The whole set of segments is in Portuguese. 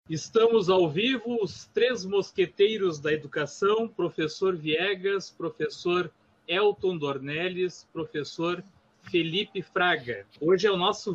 Estamos ao vivo, os três mosqueteiros da educação, professor Viegas, professor Elton Dornelles, professor Felipe Fraga. Hoje é a nossa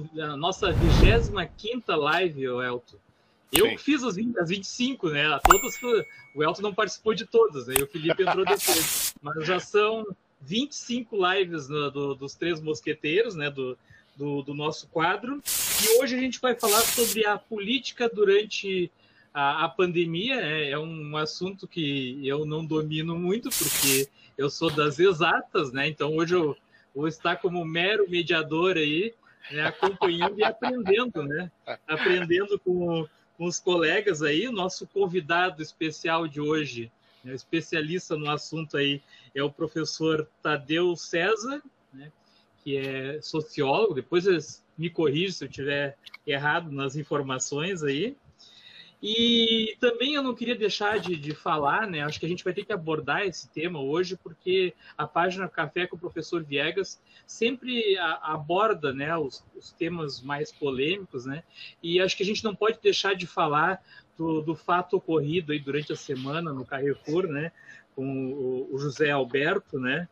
25ª live, Elton. Eu fiz as 25, né? Todas, o Elton não participou de todas, né? E o Felipe entrou depois. Mas já são 25 lives dos três mosqueteiros, né? Do nosso quadro. E hoje a gente vai falar sobre a política durante a pandemia. É um assunto que eu não domino muito, porque eu sou das exatas, né? Então hoje eu vou estar como mero mediador aí, né? Acompanhando e aprendendo, né? Aprendendo com os colegas aí. O nosso convidado especial de hoje, né? Especialista no assunto aí, é o professor Tadeu César, né? Que é sociólogo. Depois me corrija se eu estiver errado nas informações aí. E também eu não queria deixar de falar, né? Acho que a gente vai ter que abordar esse tema hoje, porque a página Café com o Professor Viegas sempre aborda, né, os temas mais polêmicos, né? E acho que a gente não pode deixar de falar do fato ocorrido aí durante a semana no Carrefour, né? Com o José Alberto, né?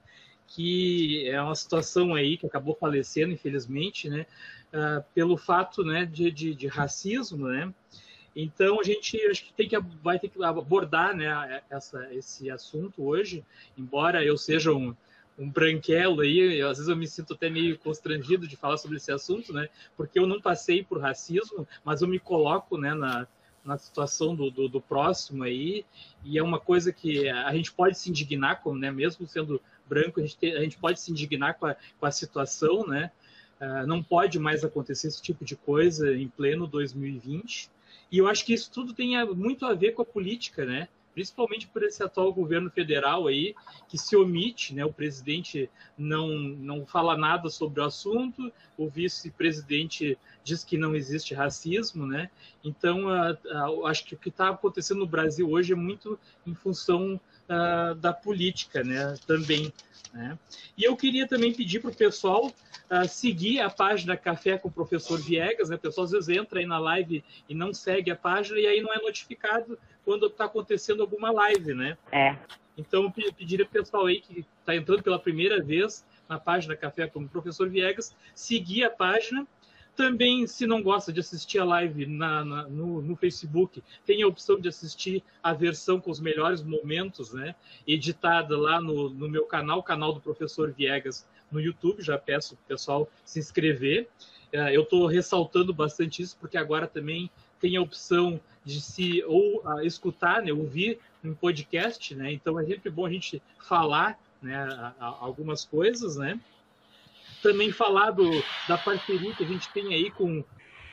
Que é uma situação aí que acabou falecendo, infelizmente, né? Pelo fato, né, de racismo, né? Então a gente acho que vai ter que abordar, né, esse assunto hoje, embora eu seja um branquelo aí, às vezes eu me sinto até meio constrangido de falar sobre esse assunto, né? Porque eu não passei por racismo, mas eu me coloco, né, na situação do próximo aí, e é uma coisa que a gente pode se indignar, né, mesmo sendo branco, a gente pode se indignar com a situação, né? Não pode mais acontecer esse tipo de coisa em pleno 2020. E eu acho que isso tudo tem muito a ver com a política, né? Principalmente por esse atual governo federal aí, que se omite, né? O presidente não fala nada sobre o assunto, o vice-presidente diz que não existe racismo, né? Então, acho que o que está acontecendo no Brasil hoje é muito em função da política, né? Também, né? E eu queria também pedir para o pessoal seguir a página Café com o Professor Viegas, né? O pessoal às vezes entra aí na live e não segue a página e aí não é notificado quando está acontecendo alguma live, né? Então eu pediria para o pessoal aí que está entrando pela primeira vez na página Café com o Professor Viegas, seguir a página. Também, se não gosta de assistir a live no Facebook, tem a opção de assistir a versão com os melhores momentos, né? Editada lá no meu canal, o canal do Professor Viegas no YouTube. Já peço para o pessoal se inscrever. Eu estou ressaltando bastante isso, porque agora também tem a opção de escutar, né? Ouvir um podcast, né? Então é sempre bom a gente falar, né? Algumas coisas, né? Também falar da parceria que a gente tem aí com...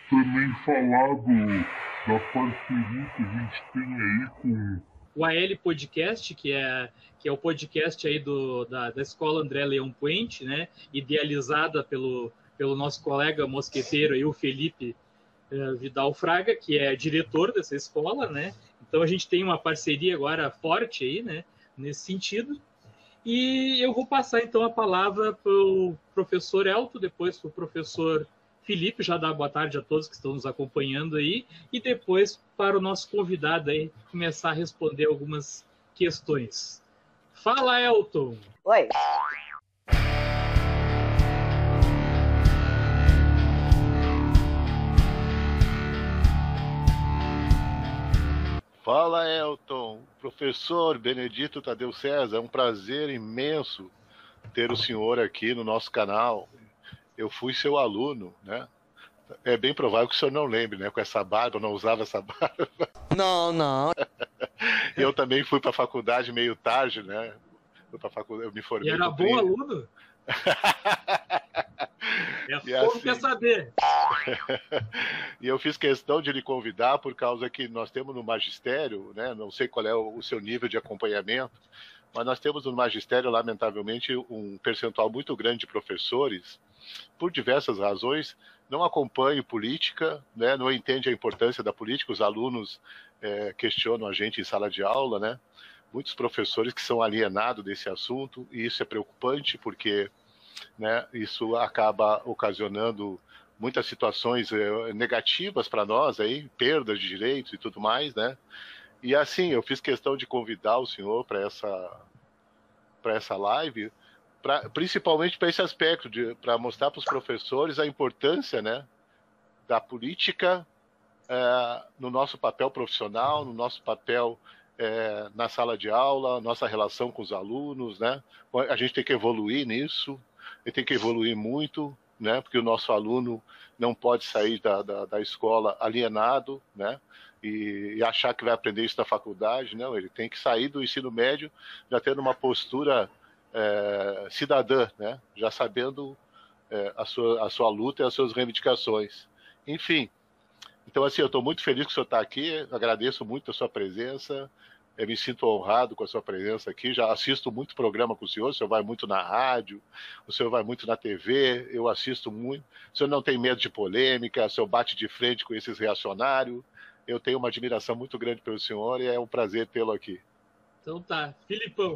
o AL Podcast, que é o podcast aí da Escola André Leão Puente, né? Idealizada pelo nosso colega mosqueteiro aí, o Felipe Vidal Fraga, que é diretor dessa escola, né? Então a gente tem uma parceria agora forte aí, né? Nesse sentido. E eu vou passar, então, a palavra para o professor Elton, depois para o professor Felipe, já dar boa tarde a todos que estão nos acompanhando aí, e depois para o nosso convidado aí começar a responder algumas questões. Fala, Elton! Oi! Fala, Elton, professor Benedito Tadeu César, é um prazer imenso ter o senhor aqui no nosso canal. Eu fui seu aluno, né? É bem provável que o senhor não lembre, né? Com essa barba, eu não usava essa barba. Não. Eu também fui para a faculdade meio tarde, né? Eu me formei. E era bom aluno? Como quer saber? E eu fiz questão de lhe convidar por causa que nós temos no magistério, né? Não sei qual é o seu nível de acompanhamento, mas nós temos no magistério, lamentavelmente, um percentual muito grande de professores, por diversas razões, não acompanham política, né? Não entendem a importância da política. Os alunos questionam a gente em sala de aula, né? Muitos professores que são alienados desse assunto, e isso é preocupante porque, né, isso acaba ocasionando muitas situações negativas para nós aí, perdas de direitos e tudo mais, né? E assim, eu fiz questão de convidar o senhor para essa live, principalmente para esse aspecto, para mostrar para os professores a importância, né, da política no nosso papel profissional, no nosso papel na sala de aula, nossa relação com os alunos, né? A gente tem que evoluir nisso, e tem que evoluir muito, né? Porque o nosso aluno não pode sair da escola alienado, né? E achar que vai aprender isso na faculdade, não. Ele tem que sair do ensino médio já tendo uma postura cidadã, né? Já sabendo a sua luta e as suas reivindicações. Enfim, então assim, eu estou muito feliz que o senhor está aqui, agradeço muito a sua presença, eu me sinto honrado com a sua presença aqui, já assisto muito programa com o senhor vai muito na rádio, o senhor vai muito na TV, eu assisto muito, o senhor não tem medo de polêmica, o senhor bate de frente com esses reacionários, eu tenho uma admiração muito grande pelo senhor e é um prazer tê-lo aqui. Então tá, Filipão.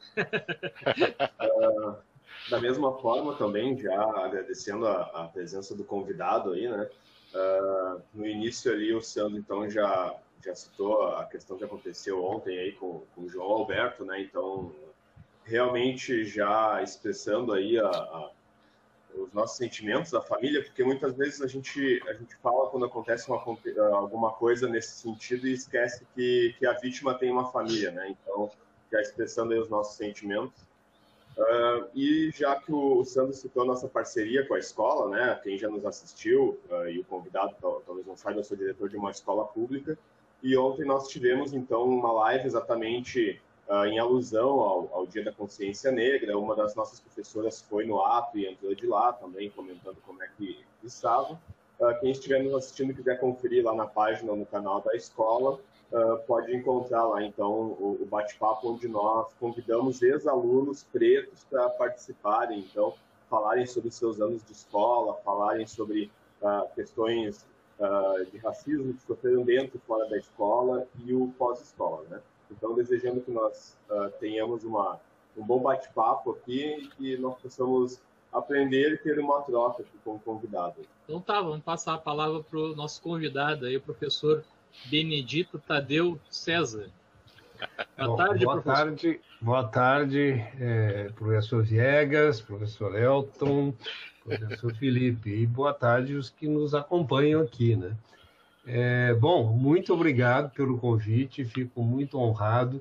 Da mesma forma também, já agradecendo a presença do convidado aí, né? No início ali o Sandro então já citou a questão que aconteceu ontem aí com o João Alberto, né? Então, realmente já expressando aí os nossos sentimentos da família, porque muitas vezes a gente fala quando acontece alguma coisa nesse sentido e esquece que a vítima tem uma família, né? Então, já expressando aí os nossos sentimentos. E já que o Sandro citou a nossa parceria com a escola, né? Quem já nos assistiu e o convidado talvez não saiba, eu sou diretor de uma escola pública. E ontem nós tivemos, então, uma live exatamente em alusão ao Dia da Consciência Negra. Uma das nossas professoras foi no ato e entrou de lá também, comentando como é que estava. Quem estiver nos assistindo e quiser conferir lá na página, no canal da escola, pode encontrar lá, então, o bate-papo onde nós convidamos ex-alunos pretos para participarem, então, falarem sobre seus anos de escola, falarem sobre questões de racismo que sofreram dentro e fora da escola e o pós-escola, né? Então, desejando que nós tenhamos um bom bate-papo aqui e que nós possamos aprender e ter uma troca aqui com o convidado. Então tá, vamos passar a palavra para o nosso convidado aí, o professor Benedito Tadeu César. Boa tarde, professor. Boa tarde, professor Viegas, professor Elton, professor Felipe, e boa tarde os que nos acompanham aqui, né? Bom, muito obrigado pelo convite, fico muito honrado.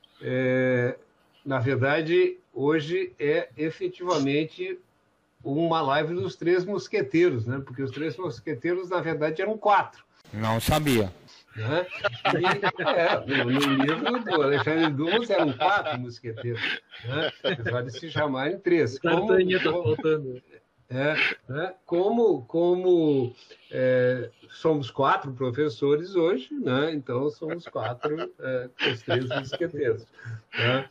Na verdade, hoje é efetivamente uma live dos Três Mosqueteiros, né? Porque os Três Mosqueteiros, na verdade, eram 4. Não sabia. Né? No livro do Alexandre Dumas eram 4 mosqueteiros, né? Apesar de se chamarem 3. Como somos 4 professores hoje, né? Então somos 4 os 3 mosqueteiros. Né?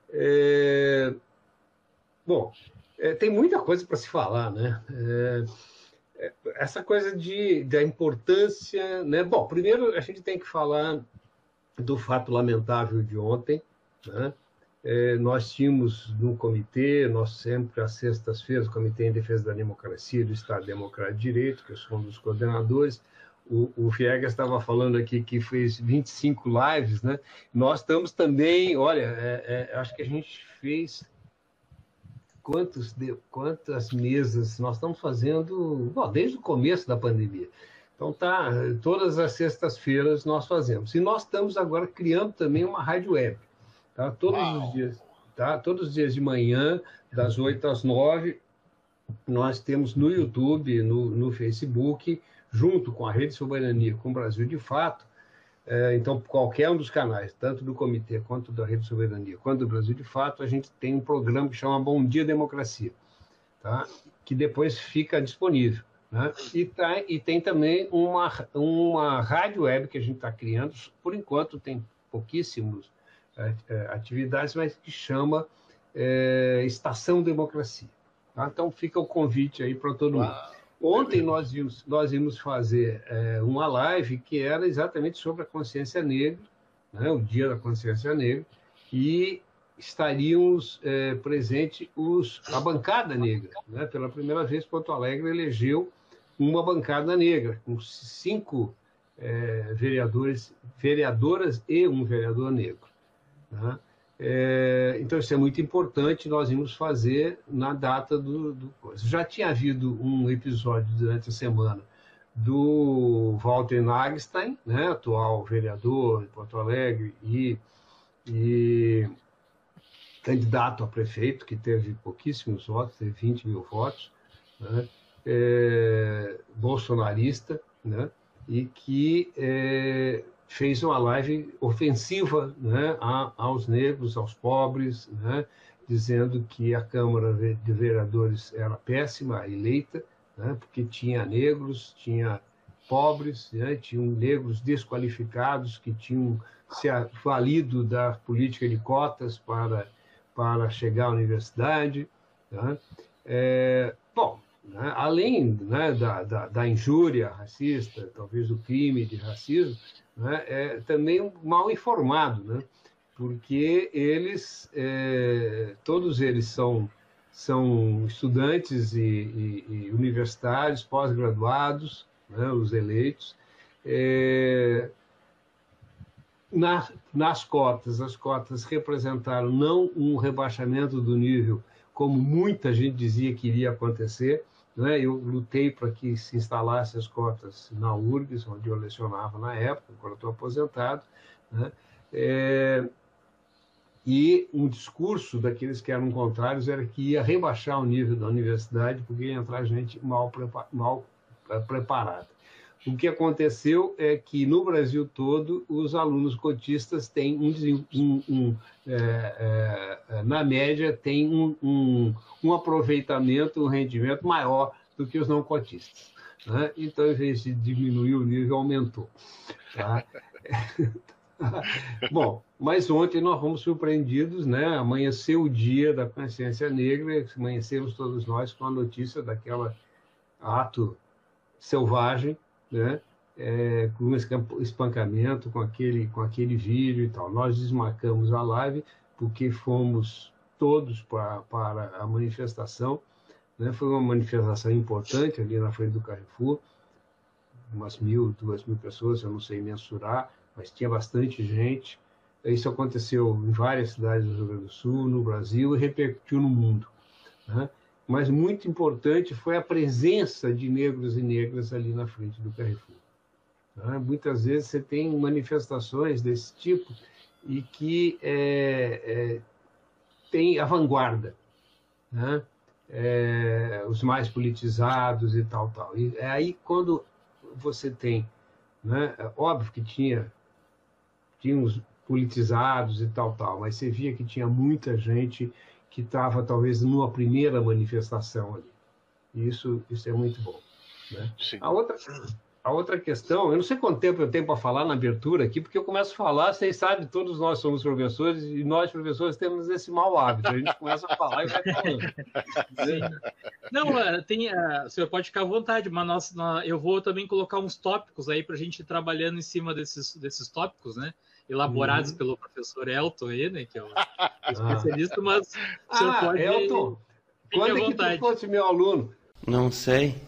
Bom, tem muita coisa para se falar, né? Essa coisa da importância, né? Bom, primeiro a gente tem que falar do fato lamentável de ontem, né? Nós tínhamos no comitê, nós sempre às sextas-feiras, o Comitê em Defesa da Democracia e do Estado Democrático de Direito, que eu sou um dos coordenadores, o Viegas estava falando aqui que fez 25 lives, né? Nós estamos também, olha, acho que a gente fez quantas mesas nós estamos fazendo, bom, desde o começo da pandemia. Então, todas as sextas-feiras nós fazemos. E nós estamos agora criando também uma rádio web. Tá? Todos os dias de manhã, das 8 às 9, nós temos no YouTube, no Facebook, junto com a Rede Soberania, com o Brasil de Fato. Então, qualquer um dos canais, tanto do Comitê, quanto da Rede Soberania, quanto do Brasil de Fato, a gente tem um programa que chama Bom Dia Democracia, tá? Que depois fica disponível. Né? E tem também uma rádio web que a gente está criando, por enquanto tem pouquíssimas atividades, mas que chama Estação Democracia. Tá? Então, fica o convite aí para todo mundo. Ontem nós íamos fazer uma live que era exatamente sobre a consciência negra, né, o Dia da Consciência Negra, e estaríamos presente a bancada negra. Né? Pela primeira vez, Porto Alegre elegeu uma bancada negra, com 5 vereadoras e um vereador negro. Tá? Então, isso é muito importante, nós vamos fazer na data do coisa. Já tinha havido um episódio durante a semana do Walter Nagstein, né, atual vereador em Porto Alegre e candidato a prefeito, que teve pouquíssimos votos, teve 20 mil votos, né, bolsonarista, né, e que fez uma live ofensiva, né, aos negros, aos pobres, né, dizendo que a Câmara de Vereadores era péssima, eleita, né, porque tinha negros, tinha pobres, né, tinham negros desqualificados que tinham se valido da política de cotas para chegar à universidade. Né. Bom, né, além, né, da injúria racista, talvez do crime de racismo, né, também um mal informado, né, porque todos eles são estudantes e universitários, pós-graduados, né, os eleitos. Nas cotas, as cotas representaram não um rebaixamento do nível, como muita gente dizia que iria acontecer, né? Eu lutei para que se instalasse as cotas na URGS, onde eu lecionava na época, agora estou aposentado, né? E um discurso daqueles que eram contrários era que ia rebaixar o nível da universidade porque ia entrar gente mal preparada. O que aconteceu é que, no Brasil todo, os alunos cotistas têm na média, têm um aproveitamento, um rendimento maior do que os não cotistas. Né? Então, em vez de diminuir o nível, aumentou. Tá? Bom, mas ontem nós fomos surpreendidos, né? Amanheceu o dia da consciência negra, amanhecemos todos nós com a notícia daquele ato selvagem, né? Com espancamento, com aquele vídeo e tal. Nós desmarcamos a live porque fomos todos para a manifestação, né? Foi uma manifestação importante ali na frente do Carrefour, umas 1.000, 2.000 pessoas, eu não sei mensurar, mas tinha bastante gente. Isso aconteceu em várias cidades do Rio Grande do Sul, no Brasil, e repercutiu no mundo, né? Mas muito importante foi a presença de negros e negras ali na frente do Carrefour. Né? Muitas vezes você tem manifestações desse tipo e que tem a vanguarda, né? Os mais politizados e tal. E aí, quando você tem, né? Óbvio que tinha os politizados e tal, mas você via que tinha muita gente que estava, talvez, numa primeira manifestação ali. E isso é muito bom. Né? A outra questão, eu não sei quanto tempo eu tenho para falar na abertura aqui, porque eu começo a falar, vocês sabem, todos nós somos professores, e nós, professores, temos esse mau hábito, a gente começa a falar e vai falando. Não, o senhor pode ficar à vontade, mas eu vou também colocar uns tópicos aí para a gente ir trabalhando em cima desses tópicos, né? Elaborados pelo professor Elton aí, né, que é o especialista, mas o senhor pode... Elton, quando é que tu fosse meu aluno? Não sei.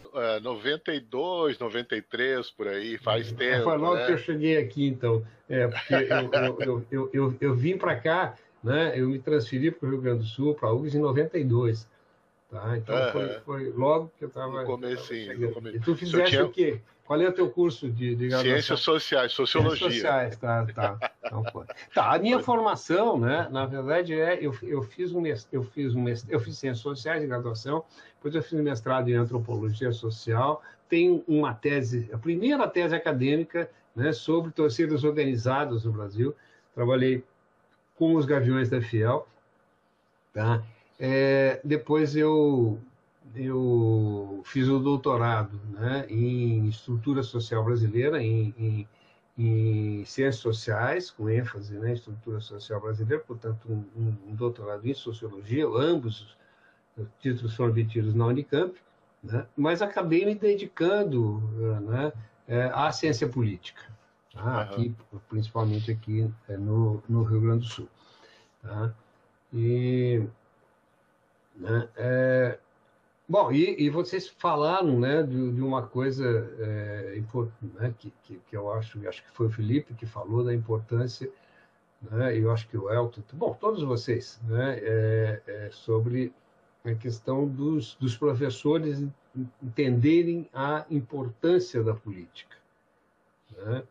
92, 93, por aí, faz tempo. Foi logo que eu cheguei aqui, então. Porque eu vim para cá, né, eu me transferi para o Rio Grande do Sul, para a URGS, em 92. Tá? Então, foi logo que eu estava... No comecinho. E tu fizeste o quê? Qual é o teu curso de graduação? Ciências Sociais, Sociologia. Ciências Sociais, tá. Então, a minha formação, né, na verdade, eu fiz Ciências Sociais de graduação, depois eu fiz um mestrado em Antropologia Social, tenho uma tese, a primeira tese acadêmica, né, sobre torcidas organizadas no Brasil, trabalhei com os Gaviões da Fiel, tá? Depois eu fiz o doutorado, né, em estrutura social brasileira, em ciências sociais, com ênfase, né, em estrutura social brasileira, portanto, um doutorado em sociologia, ambos os títulos foram obtidos na Unicamp, né, mas acabei me dedicando, né, à ciência política, tá, aqui, principalmente aqui no Rio Grande do Sul. Tá, e... Né, Bom, e vocês falaram, né, de uma coisa importante, né, que eu acho que foi o Felipe que falou da importância, né, eu acho que o Elton, bom, todos vocês, né, sobre a questão dos professores entenderem a importância da política, né?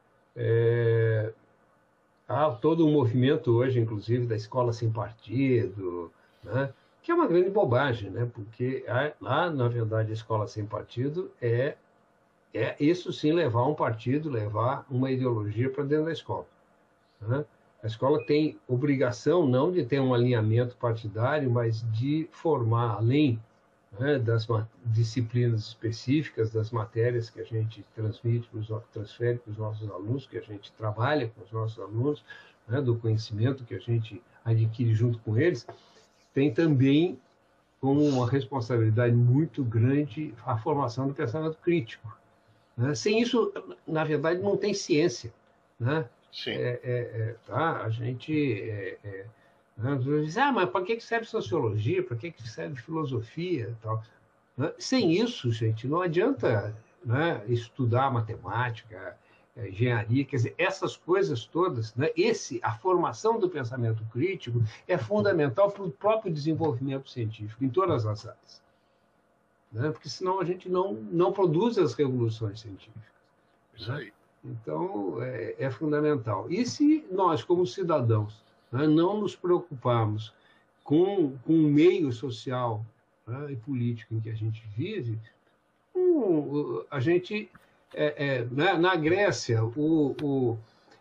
Há todo um movimento hoje, inclusive, da escola sem partido, né? Que é uma grande bobagem, né? Porque lá, na verdade, a escola sem partido é isso sim levar um partido, levar uma ideologia para dentro da escola, né? A escola tem obrigação não de ter um alinhamento partidário, mas de formar, além, né, das disciplinas específicas, das matérias que a gente transfere para os nossos alunos, que a gente trabalha com os nossos alunos, né, do conhecimento que a gente adquire junto com eles, tem também como uma responsabilidade muito grande a formação do pensamento crítico, né? Sem isso, na verdade, não tem ciência, né? Sim. Tá? A gente diz, mas para que serve sociologia? Para que serve filosofia? Tal, né? Sem isso, gente, não adianta, né, estudar matemática, engenharia, quer dizer, essas coisas todas, né, a formação do pensamento crítico é fundamental para o próprio desenvolvimento científico, em todas as áreas. Né? Porque senão a gente não produz as revoluções científicas. Isso aí. Então, é fundamental. E se nós, como cidadãos, né, não nos preocuparmos com o meio social, né, e político em que a gente vive, a gente, né, na Grécia, o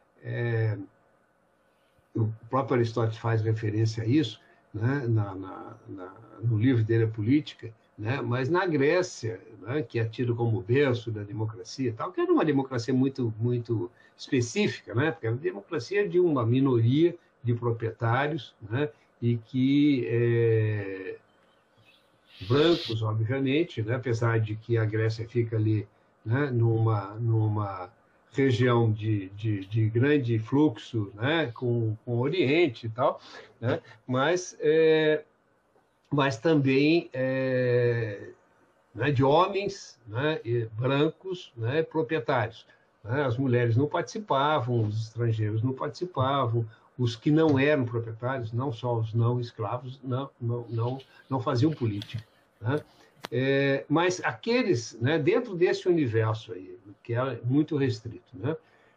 próprio Aristóteles faz referência a isso, né, no livro dele, A Política, né? Mas na Grécia, né, que é tido como berço da democracia, tal, que era uma democracia muito, muito específica, né, porque era a democracia de uma minoria de proprietários, né, e que brancos, obviamente, né, apesar de que a Grécia fica ali, né, numa região de grande fluxo, né, com o Oriente e tal, né, mas também né, de homens, né, brancos, né, proprietários. Né? As mulheres não participavam, os estrangeiros não participavam, os que não eram proprietários, não só os não escravos, não faziam política. Né? Mas aqueles, né, dentro desse universo aí, que é muito restrito, né,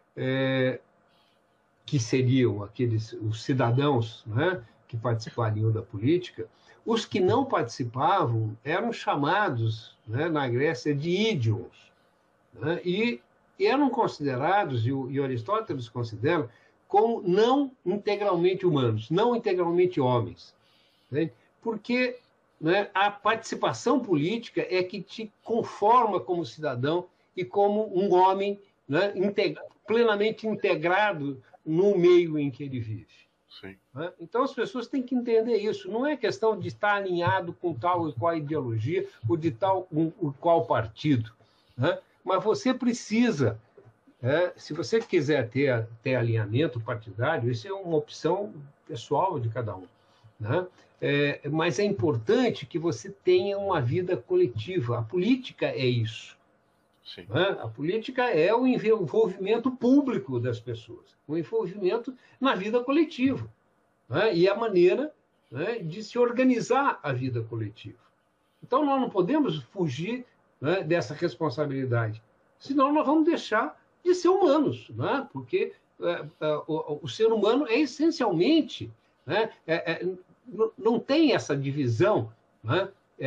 que seriam os cidadãos, né, que participariam da política, os que não participavam eram chamados, né, na Grécia, de ídios, né, e eram considerados, e o Aristóteles considera, como não integralmente humanos, não integralmente homens. Né? Porque, né, a participação política é que te conforma como cidadão e como um homem, né, plenamente integrado no meio em que ele vive. Sim. Né? Então, as pessoas têm que entender isso. Não é questão de estar alinhado com tal e qual ideologia ou de tal ou qual partido. Né? Mas você precisa, se você quiser ter alinhamento partidário, isso é uma opção pessoal de cada um. Né? Mas é importante que você tenha uma vida coletiva. A política é isso. Sim. Né? A política é o envolvimento público das pessoas, o envolvimento na vida coletiva, né? E a maneira, né, de se organizar a vida coletiva. Então, nós não podemos fugir, né, dessa responsabilidade, senão nós vamos deixar de ser humanos, né? Porque o ser humano é essencialmente, né, não tem essa divisão, né,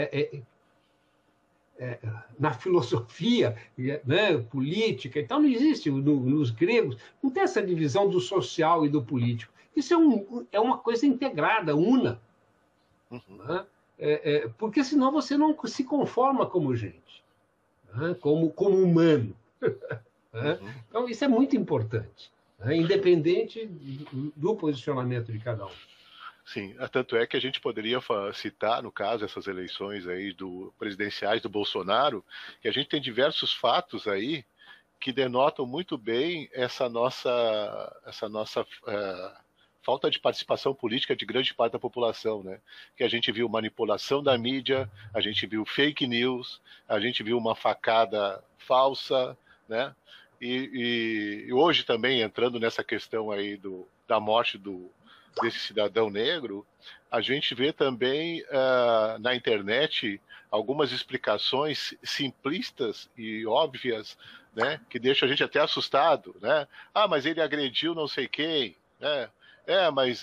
na filosofia, né, política e tal, não existe, nos gregos, não tem essa divisão do social e do político. Isso é uma coisa integrada, una. Né? Porque senão você não se conforma como gente, né? como humano. Né? Então, isso é muito importante, né? Independente do posicionamento de cada um. Sim, tanto é que a gente poderia citar, no caso, essas eleições aí presidenciais do Bolsonaro, que a gente tem diversos fatos aí que denotam muito bem essa nossa falta de participação política de grande parte da população, né? Que a gente viu manipulação da mídia, a gente viu fake news, a gente viu uma facada falsa, né? E hoje também, entrando nessa questão aí da morte desse cidadão negro, a gente vê também na internet algumas explicações simplistas e óbvias, né, que deixam a gente até assustado, né? Ah, mas ele agrediu não sei quem, né? Mas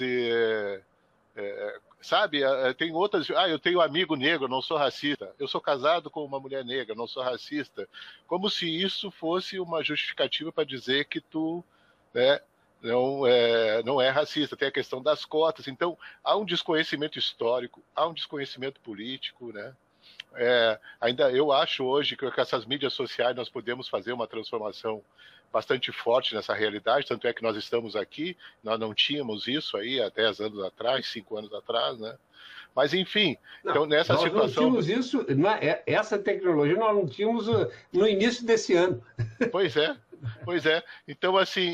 sabe, tem outras. Ah, eu tenho amigo negro, não sou racista. Eu sou casado com uma mulher negra, não sou racista. Como se isso fosse uma justificativa para dizer que tu, né, não é racista. Tem a questão das cotas. Então, há um desconhecimento histórico, há um desconhecimento político, né? Ainda eu acho hoje que com essas mídias sociais nós podemos fazer uma transformação bastante forte nessa realidade, tanto é que nós estamos aqui, nós não tínhamos isso aí há 10 anos atrás, 5 anos atrás, né? Mas, enfim, então nessa situação... Nós não tínhamos isso, essa tecnologia nós não tínhamos no início desse ano. Pois é. Então, assim,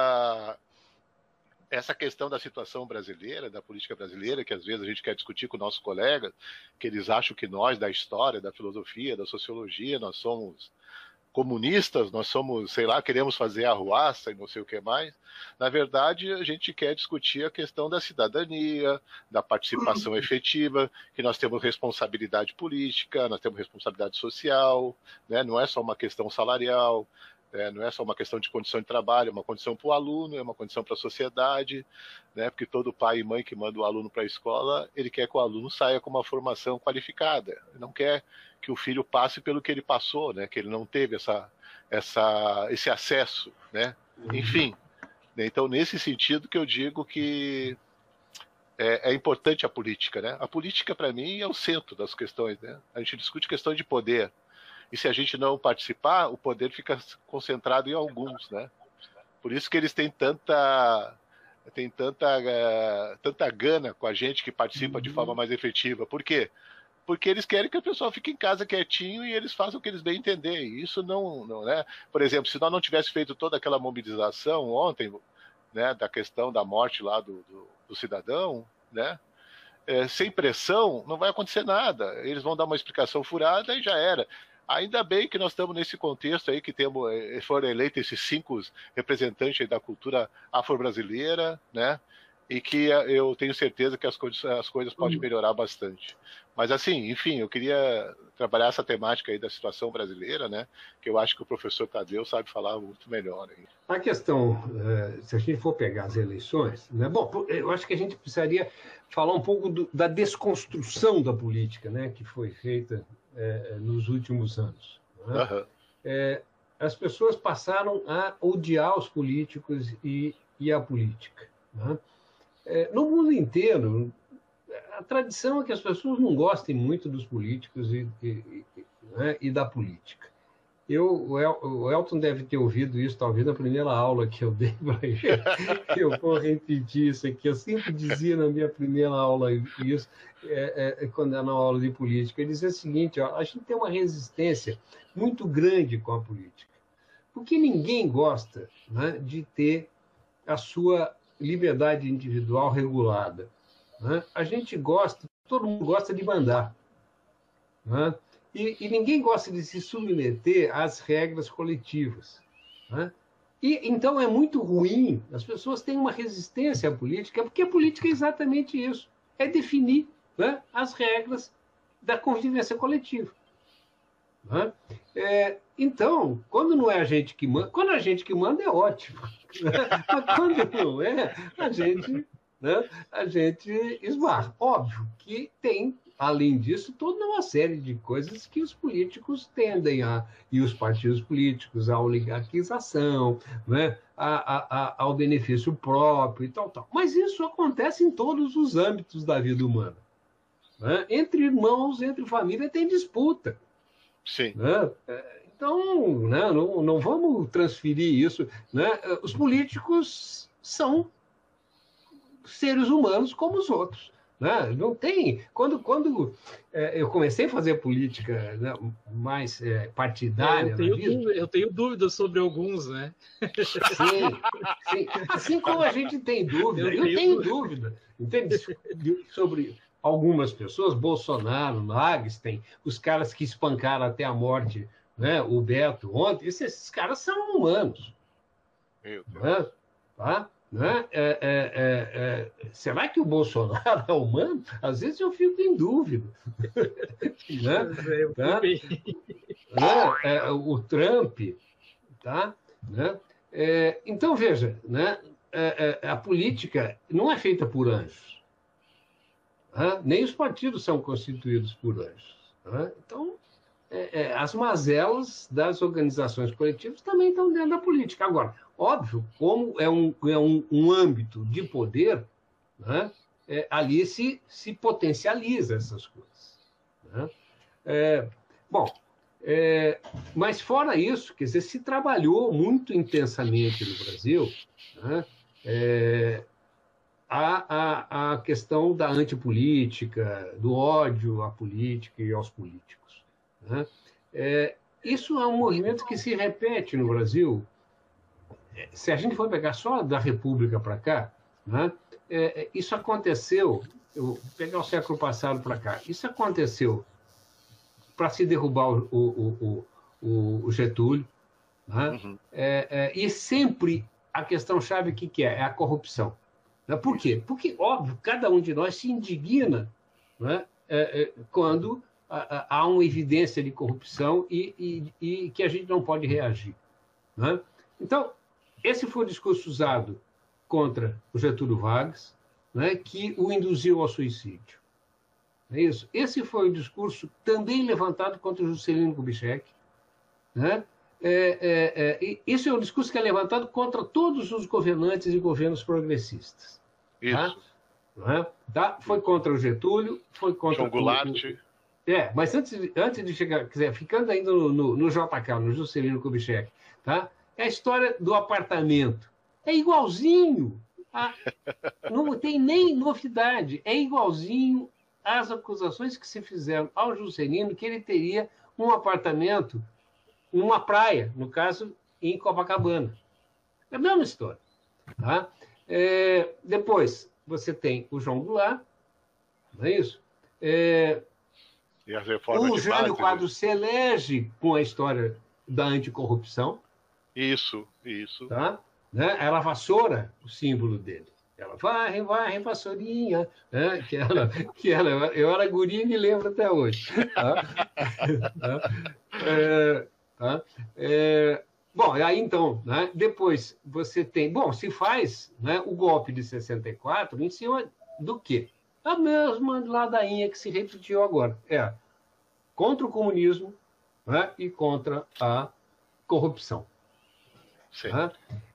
essa questão da situação brasileira, da política brasileira, que às vezes a gente quer discutir com nossos colegas, que eles acham que nós, da história, da filosofia, da sociologia, nós somos comunistas, nós somos, sei lá, queremos fazer arruaça e não sei o que mais. Na verdade, a gente quer discutir a questão da cidadania, da participação efetiva, que nós temos responsabilidade política, nós temos responsabilidade social, né? Não é só uma questão salarial, não é só uma questão de condição de trabalho, é uma condição para o aluno, é uma condição para a sociedade, né? Porque todo pai e mãe que manda o aluno para a escola, ele quer que o aluno saia com uma formação qualificada, ele não quer que o filho passe pelo que ele passou, né? Que ele não teve esse acesso, né? Enfim, né? Então, nesse sentido que eu digo que é importante a política, né? A política, para mim, é o centro das questões, né? A gente discute questão de poder, e se a gente não participar, o poder fica concentrado em alguns, né? Por isso que eles têm tanta gana com a gente que participa de forma mais efetiva. Por quê? Porque eles querem que o pessoal fique em casa quietinho e eles façam o que eles bem entender. E isso não, né? Por exemplo, se nós não tivéssemos feito toda aquela mobilização ontem, né, da questão da morte lá do cidadão, né? Sem pressão, não vai acontecer nada. Eles vão dar uma explicação furada e já era. Ainda bem que nós estamos nesse contexto aí que foram eleitos esses 5 representantes aí da cultura afro-brasileira, né? E que eu tenho certeza que as coisas podem melhorar bastante. Mas, assim, enfim, eu queria trabalhar essa temática aí da situação brasileira, né? Que eu acho que o professor Tadeu sabe falar muito melhor aí. A questão, se a gente for pegar as eleições, né? Bom, eu acho que a gente precisaria falar um pouco da desconstrução da política, né? Que foi feita nos últimos anos. Né? Uhum. As pessoas passaram a odiar os políticos e a política. Né? No mundo inteiro, a tradição é que as pessoas não gostem muito dos políticos e da política. O Elton deve ter ouvido isso, talvez, na primeira aula que eu dei para ele. Eu vou repetir isso aqui. Eu sempre dizia na minha primeira aula isso, quando era na aula de política. Eu dizia o seguinte, ó, a gente tem uma resistência muito grande com a política, porque ninguém gosta, né, de ter a sua liberdade individual regulada. Né? A gente gosta, todo mundo gosta de mandar. Né? E ninguém gosta de se submeter às regras coletivas. Né? E então é muito ruim, as pessoas têm uma resistência à política, porque a política é exatamente isso, é definir, né, as regras da convivência coletiva. Né? Então, quando não é a gente que manda, quando a gente que manda é ótimo. Mas quando não é, a gente esbarra. Óbvio que tem, além disso, toda uma série de coisas que os políticos tendem e os partidos políticos, a oligarquização, né, ao benefício próprio e tal. Mas isso acontece em todos os âmbitos da vida humana. Né? Entre irmãos, entre família, tem disputa. Sim. Né? Então, né, não vamos transferir isso. Né? Os políticos são seres humanos como os outros. Né? Não tem. Quando eu comecei a fazer política, né, mais partidária eu tenho dúvidas sobre alguns, né? Sim, sim. Assim como a gente tem dúvida, eu tenho dúvida, entende? Sobre algumas pessoas, Bolsonaro, Lagstem, os caras que espancaram até a morte, né, o Beto ontem, esses caras são humanos. Meu Deus. Né? Tá? Né? Será que o Bolsonaro é humano? Às vezes eu fico em dúvida. Né? Tá? Né? O Trump, tá? Né? Então, veja, né? A política não é feita por anjos. Tá? Nem os partidos são constituídos por anjos. Tá? Então, as mazelas das organizações coletivas também estão dentro da política. Agora, óbvio, como é um âmbito de poder, né, ali se potencializa essas coisas. Né? Bom, mas fora isso, quer dizer, se trabalhou muito intensamente no Brasil, né, a questão da antipolítica, do ódio à política e aos políticos. Né? Isso é um movimento que se repete no Brasil. Se a gente for pegar só da República para cá, né, isso aconteceu, eu vou pegar o século passado para cá, isso aconteceu para se derrubar o Getúlio, né? Uhum. E sempre a questão-chave que é a corrupção. Né? Por quê? Porque, óbvio, cada um de nós se indigna, né, quando há uma evidência de corrupção e que a gente não pode reagir. Né? Então, esse foi o discurso usado contra o Getúlio Vargas, né, que o induziu ao suicídio. É isso. Esse foi o discurso também levantado contra o Juscelino Kubitschek. Né? Esse é o discurso que é levantado contra todos os governantes e governos progressistas. Isso. Tá? Tá? Foi contra o Getúlio, foi contra João Goulart. Mas antes de chegar, ficando ainda no JK, no Juscelino Kubitschek, tá? É a história do apartamento. É igualzinho. Não tem nem novidade. É igualzinho às acusações que se fizeram ao Juscelino que ele teria um apartamento numa praia, no caso, em Copacabana. É a mesma história. Tá? Depois, você tem o João Goulart, não é isso? E as reformas o Jânio Quadros se elege com a história da anticorrupção. Isso. Tá? Né? Era a vassoura, o símbolo dele. Ela varre, vassourinha. Né? Eu era guria e me lembro até hoje. Tá? Bom, aí então, né? Depois você tem... Bom, se faz, né, o golpe de 64 em cima do quê? A mesma ladainha que se repetiu agora. Contra o comunismo, né, e contra a corrupção. Né?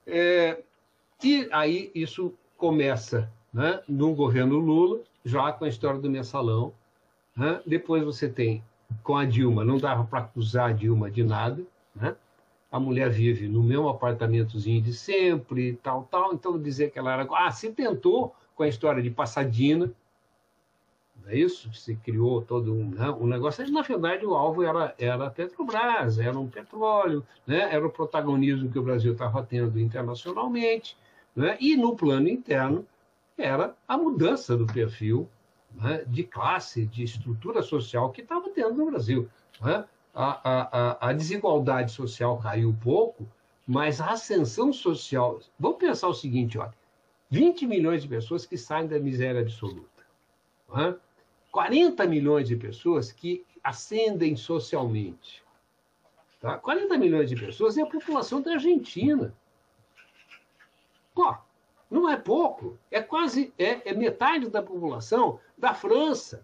E aí isso começa, né, no governo Lula, já com a história do mensalão. Né? Depois você tem, com a Dilma, não dava para acusar a Dilma de nada. Né? A mulher vive no mesmo apartamentozinho de sempre, tal. Então dizer que ela era... se tentou com a história de Passadina, não é isso? Se criou todo um negócio. Na verdade, o alvo era a Petrobras, era um petróleo, né? Era o protagonismo que o Brasil estava tendo internacionalmente, né? E no plano interno era a mudança do perfil, né, de classe, de estrutura social que estava tendo no Brasil. Né? A desigualdade social caiu um pouco, mas a ascensão social... Vamos pensar o seguinte, olha, 20 milhões de pessoas que saem da miséria absoluta. Né? 40 milhões de pessoas que ascendem socialmente. Tá? 40 milhões de pessoas é a população da Argentina. Pô, não é pouco. É quase metade da população da França.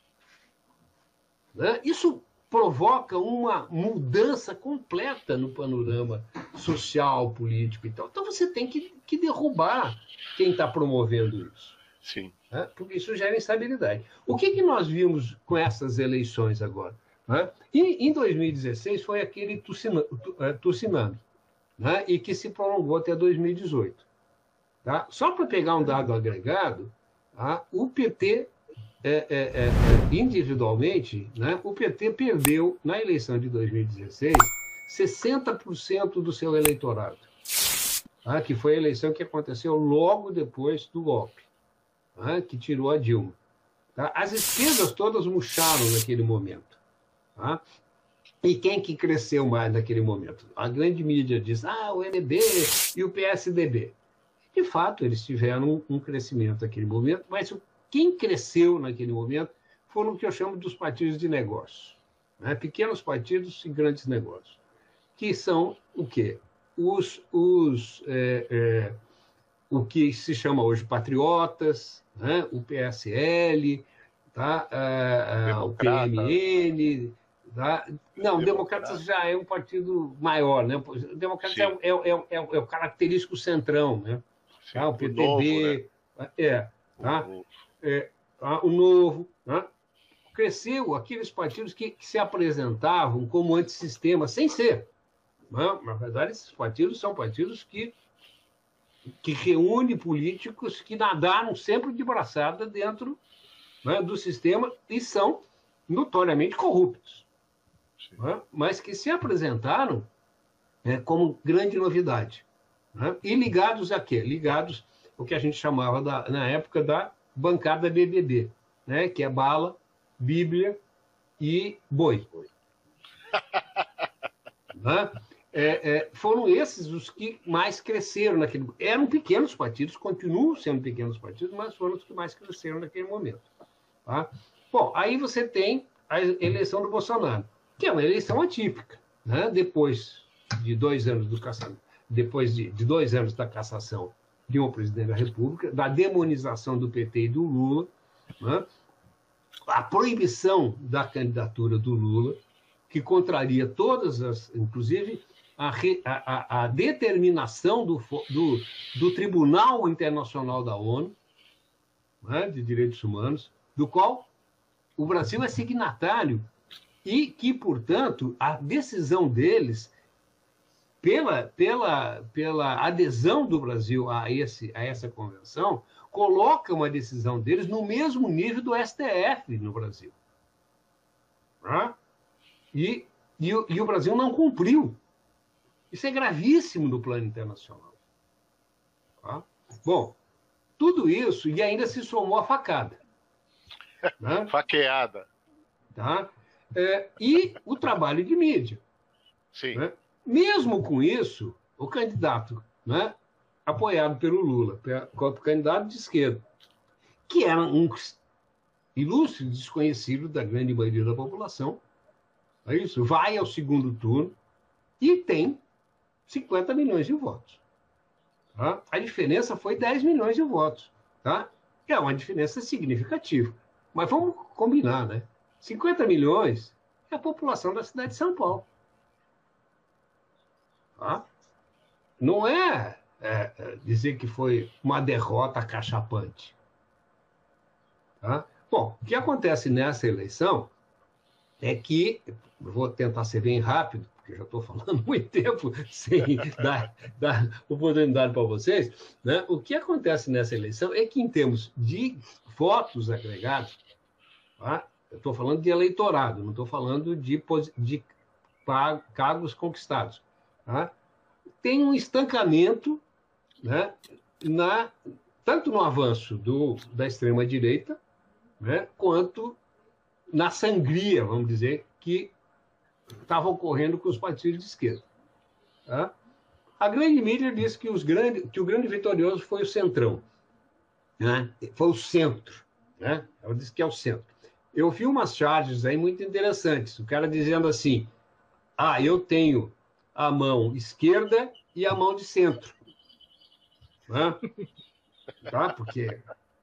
Né? Isso provoca uma mudança completa no panorama social, político e tal. Então você tem que derrubar quem está promovendo isso. Sim. Né? Porque isso gera instabilidade. O que nós vimos com essas eleições agora? Né? E, em 2016 foi aquele tsunami, né? E que se prolongou até 2018. Tá? Só para pegar um dado agregado, tá? O PT individualmente, né, o PT perdeu, na eleição de 2016, 60% do seu eleitorado, tá? Que foi a eleição que aconteceu logo depois do golpe, tá? Que tirou a Dilma. Tá? As esquerdas todas murcharam naquele momento. Tá? E quem que cresceu mais naquele momento? A grande mídia diz, o MDB e o PSDB. De fato, eles tiveram um crescimento naquele momento, mas quem cresceu naquele momento foram o que eu chamo dos partidos de negócios, né? Pequenos partidos e grandes negócios, que são o quê? O que se chama hoje patriotas, né? O PSL, tá? O PMN... Tá? Não, o Democratas já é um partido maior, né? O Democratas é o característico centrão, né? Sim, tá? O PTB, novo, né? O Novo, né? Cresceu aqueles partidos que se apresentavam como antissistema, sem ser. Né? Na verdade, esses partidos são partidos que reúnem políticos que nadaram sempre de braçada dentro, né, do sistema e são notoriamente corruptos. Né? Mas que se apresentaram como grande novidade. Né? E ligados a quê? Ligados ao que a gente chamava, na época, da bancada BBB, né? Que é bala, Bíblia e boi. Né? Foram esses os que mais cresceram naquele momento. Eram pequenos partidos, continuam sendo pequenos partidos, mas foram os que mais cresceram naquele momento. Tá? Bom, aí você tem a eleição do Bolsonaro, que é uma eleição atípica, né? Depois de 2 anos depois de 2 anos da cassação de um presidente da República, da demonização do PT e do Lula, né? A proibição da candidatura do Lula, que contraria todas as, inclusive a determinação do Tribunal Internacional da ONU, né? De Direitos Humanos, do qual o Brasil é signatário, e que, portanto, a decisão deles, pela adesão do Brasil a essa convenção, coloca uma decisão deles no mesmo nível do STF no Brasil. Tá? E o Brasil não cumpriu. Isso é gravíssimo no plano internacional. Tá? Bom, tudo isso, e ainda se somou a facada. Né? Faqueada. Tá? E o trabalho de mídia. Sim. Né? Mesmo com isso, o candidato, né, apoiado pelo Lula, o candidato de esquerda, que era um ilustre desconhecido da grande maioria da população, é isso, vai ao segundo turno e tem 50 milhões de votos. Tá? A diferença foi 10 milhões de votos. Tá? É uma diferença significativa. Mas vamos combinar, né? 50 milhões é a população da cidade de São Paulo. Tá? Não é dizer que foi uma derrota acachapante. Tá? Bom, o que acontece nessa eleição é que, eu vou tentar ser bem rápido, porque eu já estou falando muito tempo sem dar oportunidade para vocês, né? O que acontece nessa eleição é que, em termos de votos agregados, tá? Eu estou falando de eleitorado, não estou falando de cargos conquistados. Tá? Tem um estancamento, né, tanto no avanço da extrema-direita, né, quanto na sangria, vamos dizer, que estava ocorrendo com os partidos de esquerda. Tá? A grande mídia disse que o grande vitorioso foi o Centrão. Né? Foi o centro. Né? Ela disse que é o centro. Eu vi umas charges aí muito interessantes. O cara dizendo assim, eu tenho a mão esquerda e a mão de centro. Né? Tá? Porque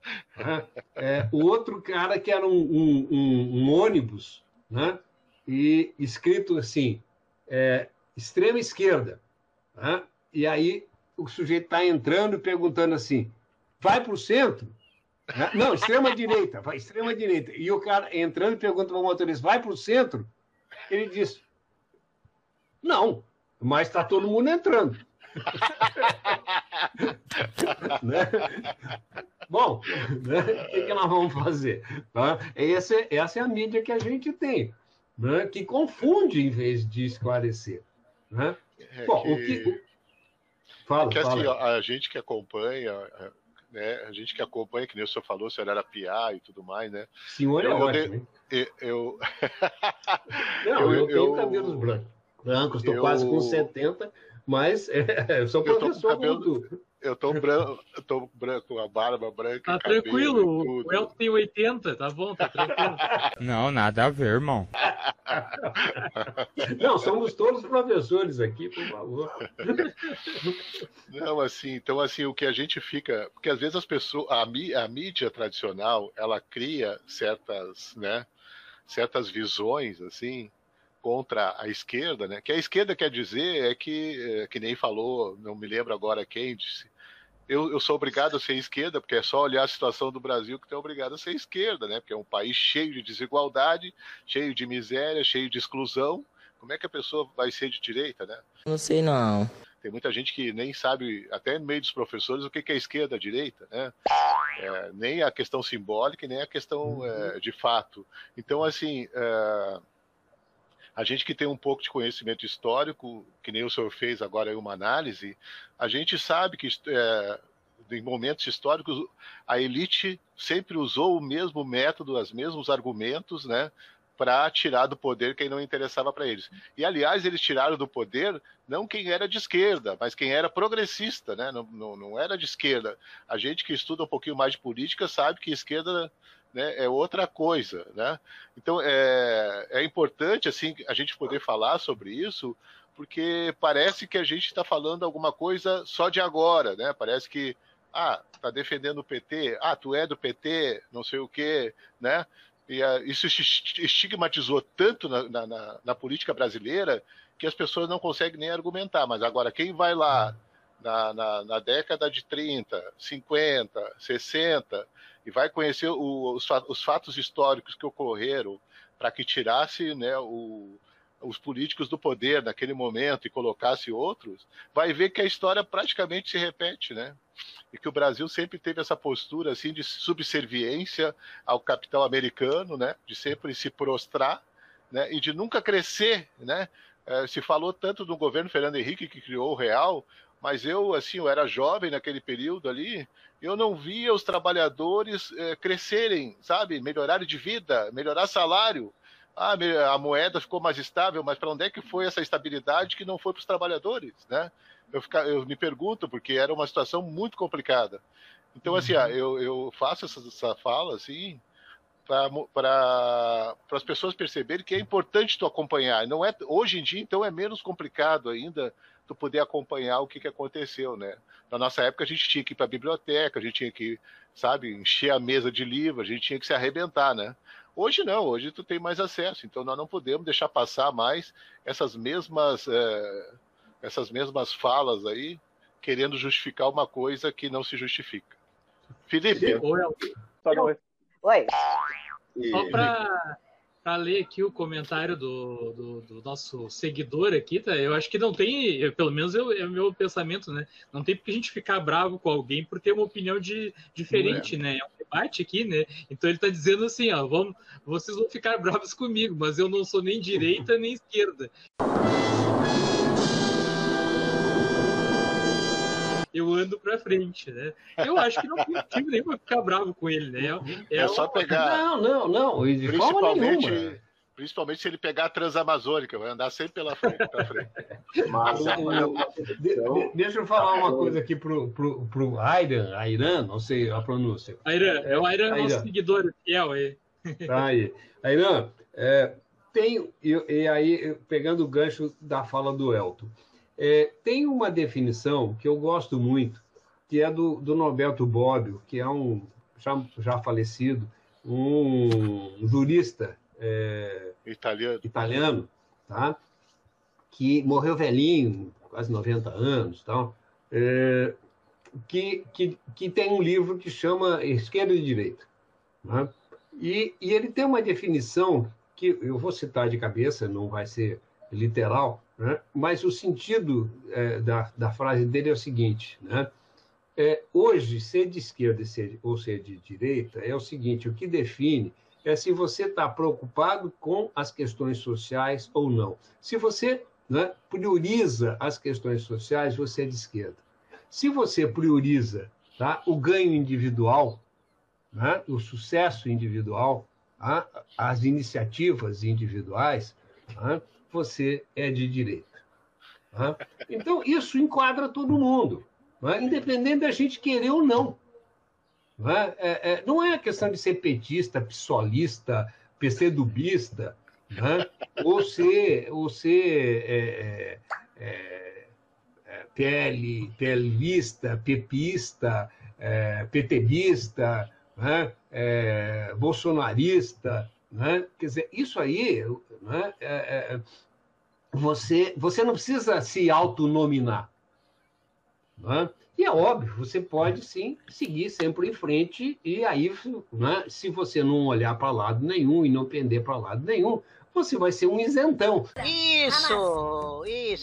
o outro cara que era um ônibus, né? E escrito assim, extrema esquerda. Né? E aí o sujeito está entrando e perguntando assim, vai para o centro? Não, extrema-direita, vai extrema-direita. E o cara entrando e pergunta para o motorista, vai para o centro? Ele diz, não, mas está todo mundo entrando. Né? Bom, né? O que nós vamos fazer? Tá? Essa é a mídia que a gente tem, né? Que confunde em vez de esclarecer. Né? Bom, Fala, assim, ó, a gente que acompanha, né? A gente que acompanha, que nem o senhor falou, o senhor era piá e tudo mais, né? Senhor é ótimo, hein? Eu tenho cabelos brancos, estou quase com 70, mas eu sou professor como tu. Eu tô branco, a barba branca. Tá cabelo, tranquilo, o Elton tem 80, tá bom, tá tranquilo. Não, nada a ver, irmão. Não, somos todos professores aqui, por favor. Não, assim, então assim, o que a gente fica, porque às vezes as pessoas, a mídia tradicional, ela cria certas, né, certas visões, assim, contra a esquerda, né? Que a esquerda quer dizer que nem falou, não me lembro agora quem disse, eu sou obrigado a ser esquerda, porque é só olhar a situação do Brasil que é obrigado a ser esquerda, né? Porque é um país cheio de desigualdade, cheio de miséria, cheio de exclusão. Como é que a pessoa vai ser de direita, né? Não sei não. Tem muita gente que nem sabe, até no meio dos professores, o que é esquerda, direita, né? Nem a questão simbólica, nem a questão de fato. Então, assim, a gente que tem um pouco de conhecimento histórico, que nem o senhor fez agora aí uma análise, a gente sabe que em momentos históricos a elite sempre usou o mesmo método, os mesmos argumentos, né, para tirar do poder quem não interessava para eles. E, aliás, eles tiraram do poder não quem era de esquerda, mas quem era progressista, né? Não era de esquerda. A gente que estuda um pouquinho mais de política sabe que esquerda, né, é outra coisa, né? Então, é importante assim, a gente poder falar sobre isso, porque parece que a gente está falando alguma coisa só de agora, né? Parece que, tá defendendo o PT, tu é do PT, não sei o quê, né? E isso estigmatizou tanto na política brasileira que as pessoas não conseguem nem argumentar. Mas agora, quem vai lá na década de 30, 50, 60 e vai conhecer os fatos históricos que ocorreram para que tirasse, né, os políticos do poder naquele momento e colocasse outros, vai ver que a história praticamente se repete, né? E que o Brasil sempre teve essa postura assim de subserviência ao capital americano, né? De sempre se prostrar, né? E de nunca crescer, né? Se falou tanto do governo Fernando Henrique que criou o real, mas eu era jovem naquele período ali, eu não via os trabalhadores crescerem, sabe? Melhorarem de vida, melhorar salário. A moeda ficou mais estável, mas para onde é que foi essa estabilidade que não foi para os trabalhadores, né? Eu me pergunto, porque era uma situação muito complicada. Então, assim, eu faço essa fala, assim, para as pessoas perceberem que é importante tu acompanhar. Não é, hoje em dia, então, é menos complicado ainda tu poder acompanhar o que aconteceu, né? Na nossa época, a gente tinha que ir para a biblioteca, a gente tinha que, sabe, encher a mesa de livro, a gente tinha que se arrebentar, né? Hoje não, hoje tu tem mais acesso, então nós não podemos deixar passar mais essas mesmas falas aí, querendo justificar uma coisa que não se justifica. Felipe? Oi. Só para ler aqui o comentário do nosso seguidor aqui, tá? Eu acho que não tem, pelo menos é o meu pensamento, né? Não tem porque a gente ficar bravo com alguém por ter uma opinião diferente, né? É um debate aqui, né? Então ele está dizendo assim, vocês vão ficar bravos comigo, mas eu não sou nem direita nem esquerda. Eu ando para frente, né? Eu acho que não tem motivo nenhum para ficar bravo com ele, né? É só pegar. Não. Principalmente se ele pegar a Transamazônica, vai andar sempre para frente. Mas, deixa eu falar uma coisa aqui pro Airan, não sei a pronúncia. O Airan é nosso seguidor fiel aí. Aí. Airan, e aí, pegando o gancho da fala do Elton, tem uma definição que eu gosto muito, que é do Norberto Bobbio, que é um já falecido, um jurista italiano, tá? Que morreu velhinho, quase 90 anos, tal, que tem um livro que chama Esquerda e Direita. Né? E ele tem uma definição que eu vou citar de cabeça, não vai ser literal, né? Mas o sentido da frase dele é o seguinte, né? hoje, ser de esquerda ou ser de direita é o seguinte, o que define é se você está preocupado com as questões sociais ou não. Se você, né, prioriza as questões sociais, você é de esquerda. Se você prioriza, tá, o ganho individual, né, o sucesso individual, tá, as iniciativas individuais, tá, você é de direita. Tá? Então, isso enquadra todo mundo, tá, independente da gente querer ou não. Não é questão de ser petista, psolista, pcdubista, né? ou ser PLista, pepista, PTBista, né? Bolsonarista. Né? Quer dizer, isso aí, né? Você não precisa se autonominar. Né? E é óbvio, você pode sim seguir sempre em frente, e aí, né, se você não olhar para lado nenhum e não pender para lado nenhum, você vai ser um isentão. Isso!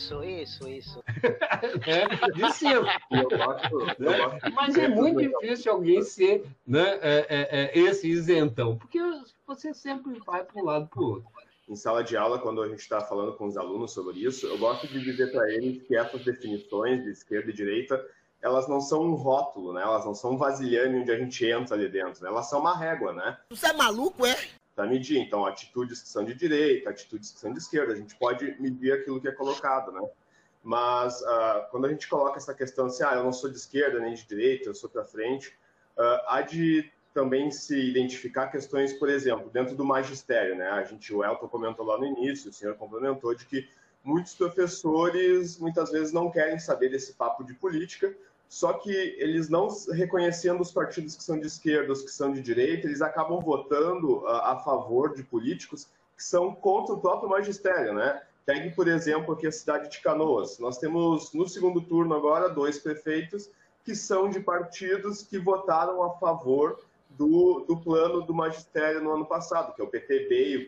Né? De ser. Mas é muito difícil alguém ser, né, esse isentão, porque você sempre vai para um lado para o outro. Em sala de aula, quando a gente está falando com os alunos sobre isso, eu gosto de dizer para eles que essas definições de esquerda e direita, elas não são um rótulo, né? Elas não são um vasilhame onde a gente entra ali dentro, né? Elas são uma régua, né? Você é maluco, é? Para medir, então, atitudes que são de direita, atitudes que são de esquerda, a gente pode medir aquilo que é colocado, né? Mas quando a gente coloca essa questão assim, eu não sou de esquerda nem de direita, eu sou para frente, há de também se identificar questões, por exemplo, dentro do magistério, né? O Elton comentou lá no início, o senhor complementou, de que muitos professores, muitas vezes, não querem saber desse papo de política, só que eles não reconhecendo os partidos que são de esquerda, os que são de direita, eles acabam votando a favor de políticos que são contra o próprio magistério, né? Pegue, por exemplo, aqui a cidade de Canoas. Nós temos, no segundo turno agora, 2 prefeitos que são de partidos que votaram a favor do plano do magistério no ano passado, que é o PTB e o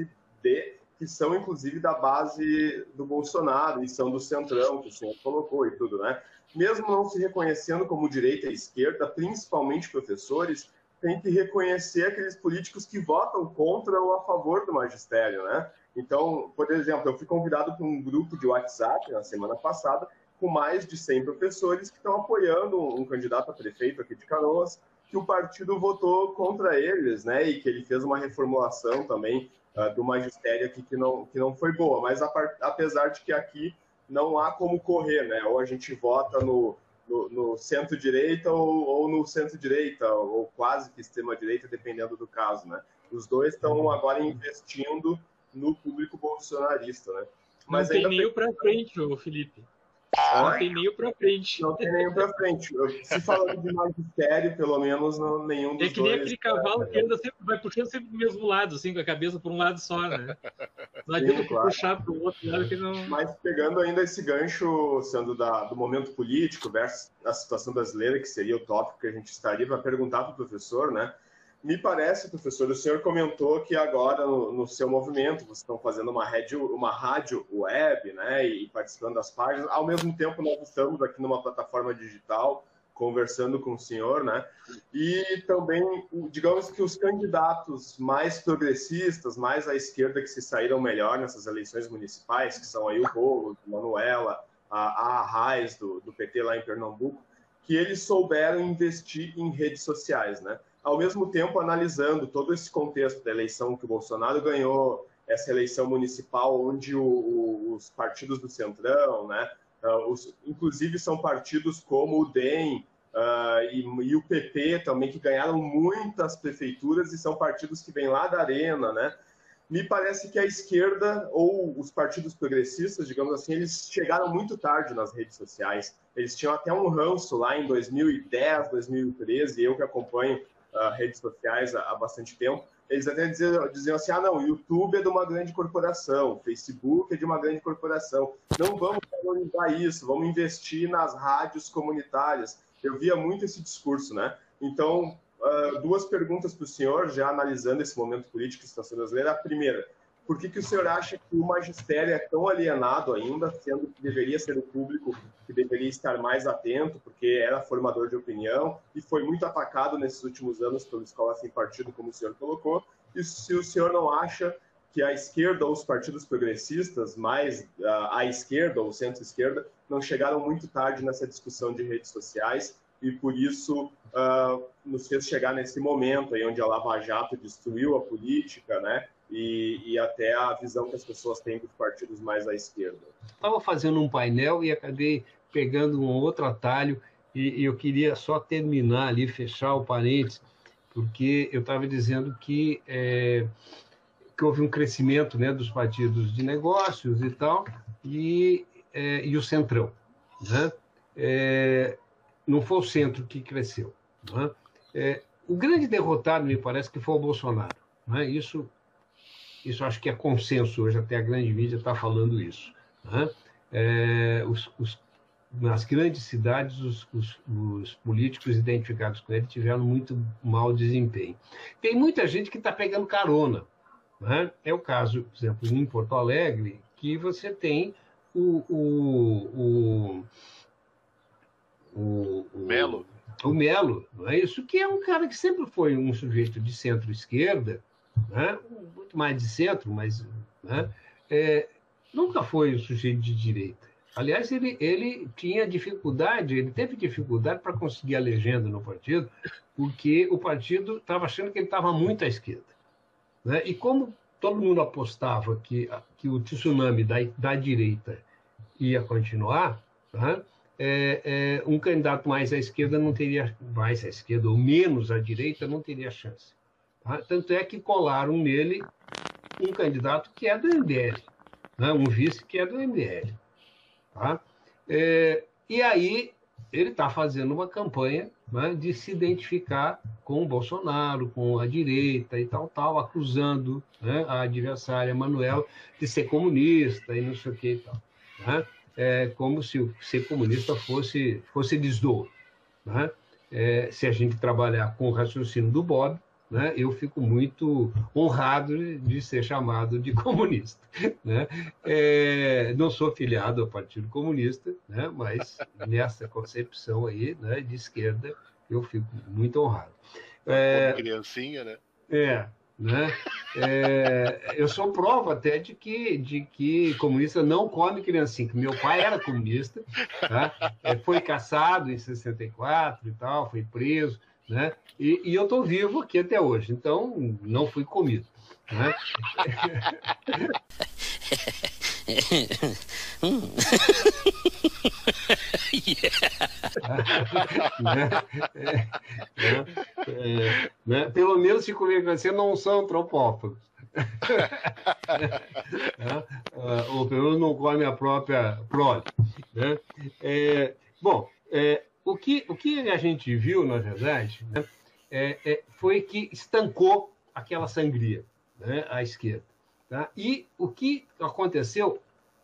PSD, que são, inclusive, da base do Bolsonaro e são do Centrão, que o senhor colocou e tudo, né? Mesmo não se reconhecendo como direita e esquerda, principalmente professores, tem que reconhecer aqueles políticos que votam contra ou a favor do magistério, né? Então, por exemplo, eu fui convidado para um grupo de WhatsApp na semana passada com mais de 100 professores que estão apoiando um candidato a prefeito aqui de Canoas, que o partido votou contra eles, né? E que ele fez uma reformulação também do magistério aqui que não foi boa. Mas apesar de que aqui não há como correr, né? Ou a gente vota no centro-direita ou no centro-direita, ou quase que extrema-direita, dependendo do caso, né? Os dois estão agora investindo no público bolsonarista, né? Mas não tem meio para frente, Felipe. Não tem meio para frente. Não tem meio para frente. Se falando de magistério, pelo menos, nenhum dos dois... É que nem aquele cavalo que anda sempre, vai puxando sempre do mesmo lado, assim, com a cabeça por um lado só, né? Não adianta puxar para o outro lado que não... Mas pegando ainda esse gancho, sendo do momento político versus a situação brasileira, que seria o tópico que a gente estaria para perguntar para o professor, né? Me parece, professor, o senhor comentou que agora, no seu movimento, vocês estão fazendo uma rádio web, né, e participando das páginas. Ao mesmo tempo, nós estamos aqui numa plataforma digital, conversando com o senhor, né, e também, digamos que os candidatos mais progressistas, mais à esquerda, que se saíram melhor nessas eleições municipais, que são aí o Boulos, a Manuela, a Arraes, do PT lá em Pernambuco, que eles souberam investir em redes sociais, né? Ao mesmo tempo analisando todo esse contexto da eleição que o Bolsonaro ganhou, essa eleição municipal onde os partidos do Centrão, né, inclusive são partidos como o DEM e o PP também, que ganharam muitas prefeituras e são partidos que vêm lá da arena, né? Me parece que a esquerda ou os partidos progressistas, digamos assim, eles chegaram muito tarde nas redes sociais. Eles tinham até um ranço lá em 2010, 2013, eu que acompanho redes sociais há bastante tempo, eles até diziam assim, não, o YouTube é de uma grande corporação, o Facebook é de uma grande corporação, não vamos valorizar isso, vamos investir nas rádios comunitárias. Eu via muito esse discurso, né? Então, 2 perguntas para o senhor, já analisando esse momento político e situação brasileira. A primeira, por que o senhor acha que o magistério é tão alienado ainda, sendo que deveria ser o público que deveria estar mais atento, porque era formador de opinião e foi muito atacado nesses últimos anos pela Escola Sem Partido, como o senhor colocou, e se o senhor não acha que a esquerda ou os partidos progressistas, mais a esquerda ou centro-esquerda, não chegaram muito tarde nessa discussão de redes sociais e por isso nos fez chegar nesse momento aí onde a Lava Jato destruiu a política, né? E até a visão que as pessoas têm dos partidos mais à esquerda. Estava fazendo um painel e acabei pegando um outro atalho e eu queria só terminar ali, fechar o parênteses, porque eu estava dizendo que houve um crescimento, né, dos partidos de negócios e tal, e o Centrão. Né? Não foi o centro que cresceu. Né? O grande derrotado, me parece, que foi o Bolsonaro. Né? Isso acho que é consenso hoje, até a grande mídia está falando isso. Né? Nas grandes cidades, os políticos identificados com ele tiveram muito mau desempenho. Tem muita gente que está pegando carona. Né? É o caso, por exemplo, em Porto Alegre, que você tem o Melo. O Melo, não é isso? Que é um cara que sempre foi um sujeito de centro-esquerda, né? Muito mais de centro, mas né? Nunca foi um sujeito de direita. Aliás, ele tinha dificuldade, ele teve dificuldade para conseguir a legenda no partido, porque o partido estava achando que ele estava muito à esquerda. Né? E como todo mundo apostava que o tsunami da direita ia continuar, né? Um candidato mais à esquerda não teria, mais à esquerda ou menos à direita, não teria chance. Tá? Tanto é que colaram nele um candidato que é do MBL, né? Um vice que é do MBL. Tá? E aí ele está fazendo uma campanha, né, de se identificar com o Bolsonaro, com a direita e tal, acusando, né, a adversária Manuela de ser comunista e não sei o que e tal. Né? Como se ser comunista fosse desdoro. Né? Se a gente trabalhar com o raciocínio do Bob, né, eu fico muito honrado de ser chamado de comunista. Né? Não sou filiado ao Partido Comunista, né, mas nessa concepção aí, né, de esquerda, eu fico muito honrado. Como criancinha, né? Né? Eu sou prova até de que comunista não come criancinha, que meu pai era comunista, tá? Foi caçado em 64 e tal, foi preso, né? E eu estou vivo aqui até hoje, então não fui comido. Né? Né? Pelo menos se comer com você, não são antropófagos. Ou pelo menos não come a própria prole. Né? Bom, o que a gente viu, na verdade, né, foi que estancou aquela sangria, né, à esquerda. Tá? E o que aconteceu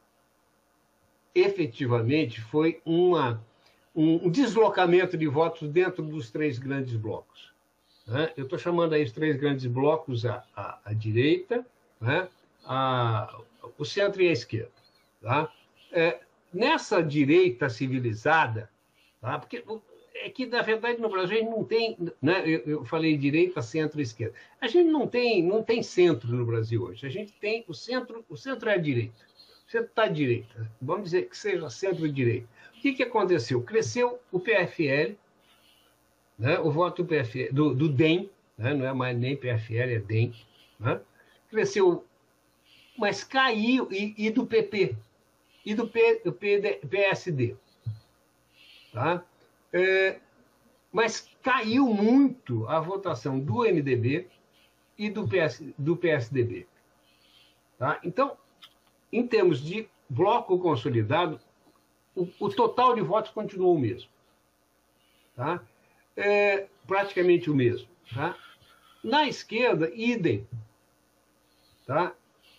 efetivamente foi um deslocamento de votos dentro dos três grandes blocos. Né? Eu estou chamando aí os três grandes blocos a direita, né? O centro e a esquerda. Tá? Nessa direita civilizada, tá? Porque é que, na verdade, no Brasil a gente não tem, né? Eu falei direita, centro e esquerda. A gente não tem centro no Brasil hoje. A gente tem o centro é a direita. O centro está à direita. Vamos dizer que seja centro-direita. O que aconteceu? Cresceu o PFL, né? O voto do PFL, do DEM, né? Não é mais nem PFL, é DEM. Né? Cresceu, mas caiu, e do PP, e do PSD. Tá? Mas caiu muito a votação do MDB e do PSDB. Tá? Então, em termos de bloco consolidado, o total de votos continuou o mesmo. Tá? Praticamente o mesmo. Tá? Na esquerda, idem. Tá?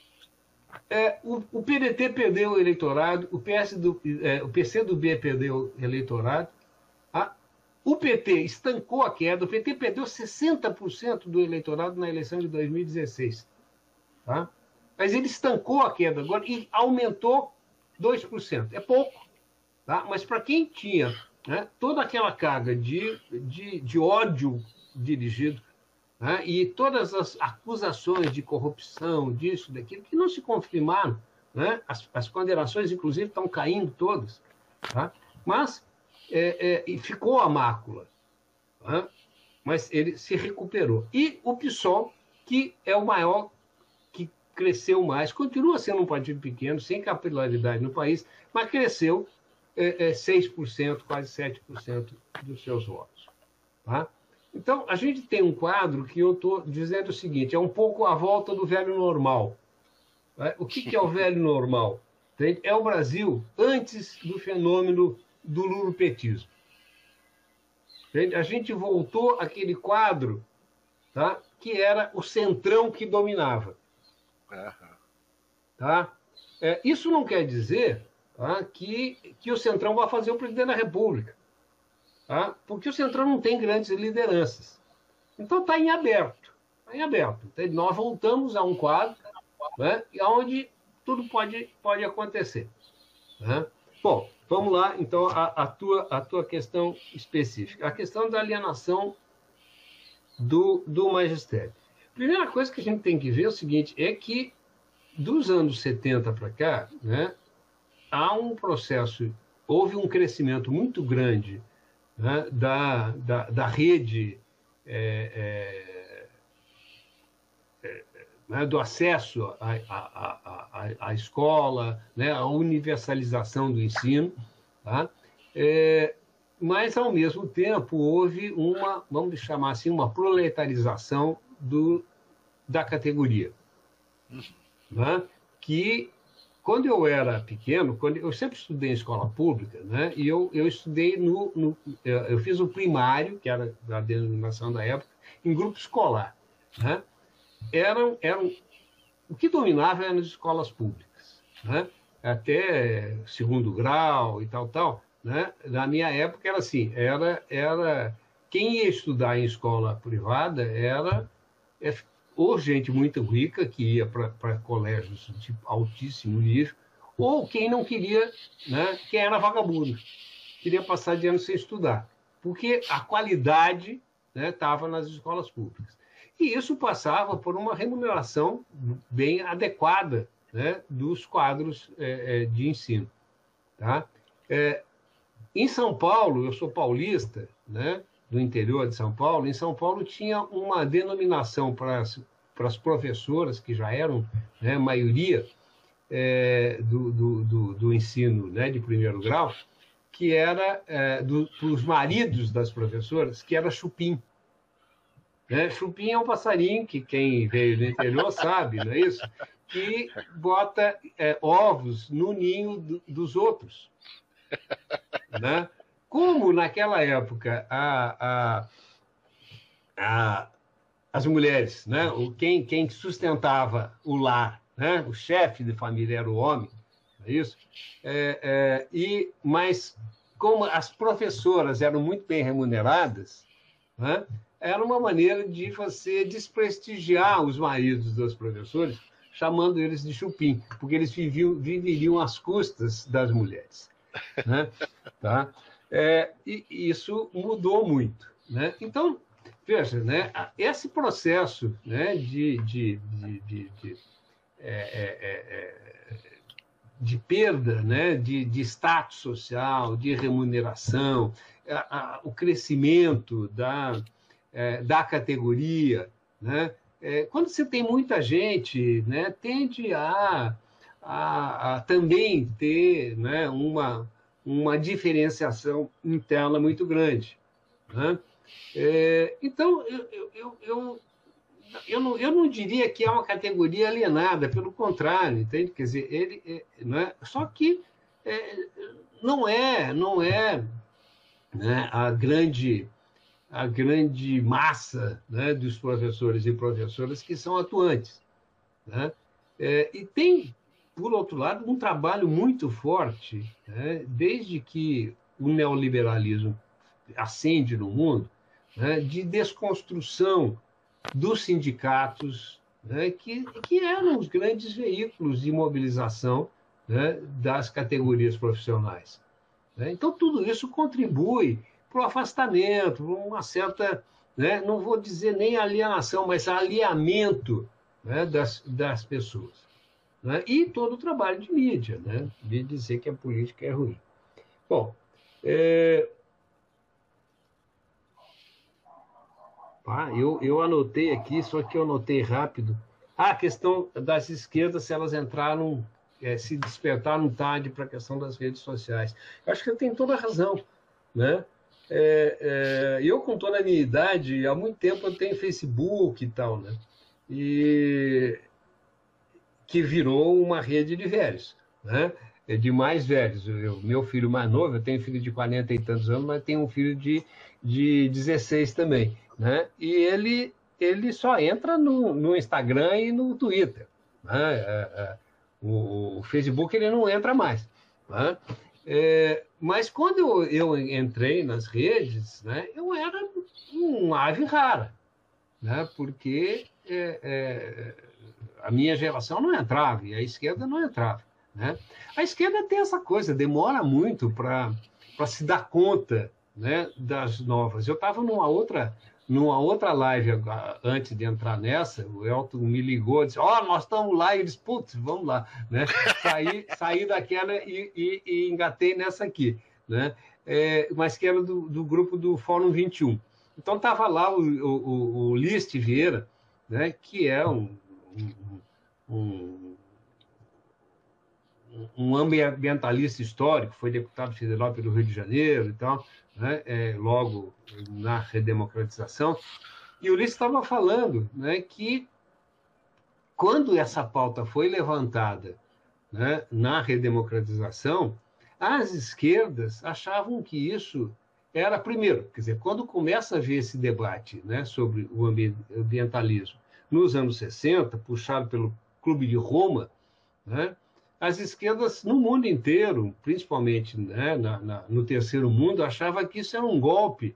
O PDT perdeu o eleitorado, o PCdoB perdeu o eleitorado, tá? O PT estancou a queda, o PT perdeu 60% do eleitorado na eleição de 2016. Tá? Mas ele estancou a queda agora e aumentou 2%. É pouco, tá? Mas para quem tinha, né, toda aquela carga de ódio dirigido, né, e todas as acusações de corrupção, disso, daquilo, que não se confirmaram, né? As condenações, inclusive, estão caindo todas, tá? Mas e ficou a mácula, tá? Mas ele se recuperou. E o PSOL, que é o maior, que cresceu mais, continua sendo um partido pequeno, sem capilaridade no país, mas cresceu 6%, quase 7% dos seus votos. Tá? Então, a gente tem um quadro que eu estou dizendo o seguinte, é um pouco a volta do velho normal. Tá? O que é o velho normal? É o Brasil antes do fenômeno do lulopetismo. A gente voltou àquele quadro, tá? Que era o centrão que dominava. Tá? Isso não quer dizer, tá, que o centrão vai fazer o presidente da República. Tá? Porque o centrão não tem grandes lideranças. Então está em aberto. Tá em aberto. Então, nós voltamos a um quadro, né, onde tudo pode acontecer. Né? Bom, vamos lá, então, a tua questão específica. A questão da alienação do magistério. Primeira coisa que a gente tem que ver é o seguinte, é que dos anos 70 para cá, né, há um processo, houve um crescimento muito grande, né, da rede né, do acesso à escola, né, a universalização do ensino, tá? Mas, ao mesmo tempo, houve uma, vamos chamar assim, uma proletarização da categoria. Né? Que, quando eu era pequeno, eu sempre estudei em escola pública, né? E eu estudei eu fiz o primário, que era a denominação da época, em grupo escolar. Né? O que dominava eram as escolas públicas, né? Até segundo grau e tal, né? Na minha época era assim, quem ia estudar em escola privada era ou gente muito rica que ia para colégios de altíssimo nível, ou quem não queria, né? Quem era vagabundo, queria passar de ano sem estudar, porque a qualidade estava, né, nas escolas públicas. E isso passava por uma remuneração bem adequada, né, dos quadros de ensino. Tá? Em São Paulo, eu sou paulista, né, do interior de São Paulo, em São Paulo tinha uma denominação para as professoras, que já eram, né, maioria do ensino, né, de primeiro grau, que era dos maridos das professoras, que era chupim. Chupim é um passarinho que quem veio do interior sabe, não é isso? Que bota ovos no ninho dos outros. Né? Como naquela época as mulheres, né? Quem sustentava o lar, né? O chefe de família era o homem, não é isso? Mas como as professoras eram muito bem remuneradas, né? Era uma maneira de você desprestigiar os maridos dos professores, chamando eles de chupim, porque eles viveriam às custas das mulheres. Né? Tá? E isso mudou muito. Né? Então, veja, né, esse processo, né, de perda, né, de status social, de remuneração, o crescimento da categoria, né? Quando você tem muita gente, né, tende a também ter, né, uma diferenciação interna muito grande. Né? Então, eu não diria que é uma categoria alienada, pelo contrário, entende? Quer dizer, né? Só que não é né, a grande massa, né, dos professores e professoras que são atuantes. Né? E tem, por outro lado, um trabalho muito forte, né, desde que o neoliberalismo ascende no mundo, né, de desconstrução dos sindicatos, né, que eram os grandes veículos de mobilização, né, das categorias profissionais. Né? Então, tudo isso contribui para o afastamento, para uma certa, né, não vou dizer nem alienação, mas alinhamento, né, das pessoas. Né? E todo o trabalho de mídia, né, de dizer que a política é ruim. Bom, eu anotei aqui, só que eu anotei rápido. A questão das esquerdas, se elas entraram, se despertaram tarde para a questão das redes sociais. Eu acho que ele tem toda a razão, né? Eu, com toda a minha idade, há muito tempo eu tenho Facebook e tal, né? E que virou uma rede de velhos, né? De mais velhos. Meu filho mais novo, eu tenho filho de 40 e tantos anos, mas tenho um filho de 16 também, né? E ele só entra no Instagram e no Twitter, né? O Facebook ele não entra mais, né? Mas quando eu entrei nas redes, né, eu era um ave rara, né? Porque a minha geração não entrava e a esquerda não entrava, né? A esquerda tem essa coisa, demora muito para se dar conta, né, das novas. Eu estava numa outra live antes de entrar nessa, o Elton me ligou e disse, nós estamos lá, e eu disse, putz, vamos lá, né? Saí daquela e engatei nessa aqui, né? Mas que era do grupo do Fórum 21. Então estava lá o List Vieira, né, que é um ambientalista histórico, foi deputado federal pelo Rio de Janeiro e tal, né, logo na redemocratização, e o Ulisses estava falando, né, que quando essa pauta foi levantada, né, na redemocratização, as esquerdas achavam que isso era, primeiro, quer dizer, quando começa a haver esse debate, né, sobre o ambientalismo nos anos 60, puxado pelo Clube de Roma, né, as esquerdas no mundo inteiro, principalmente, né, no terceiro mundo, achavam que isso era um golpe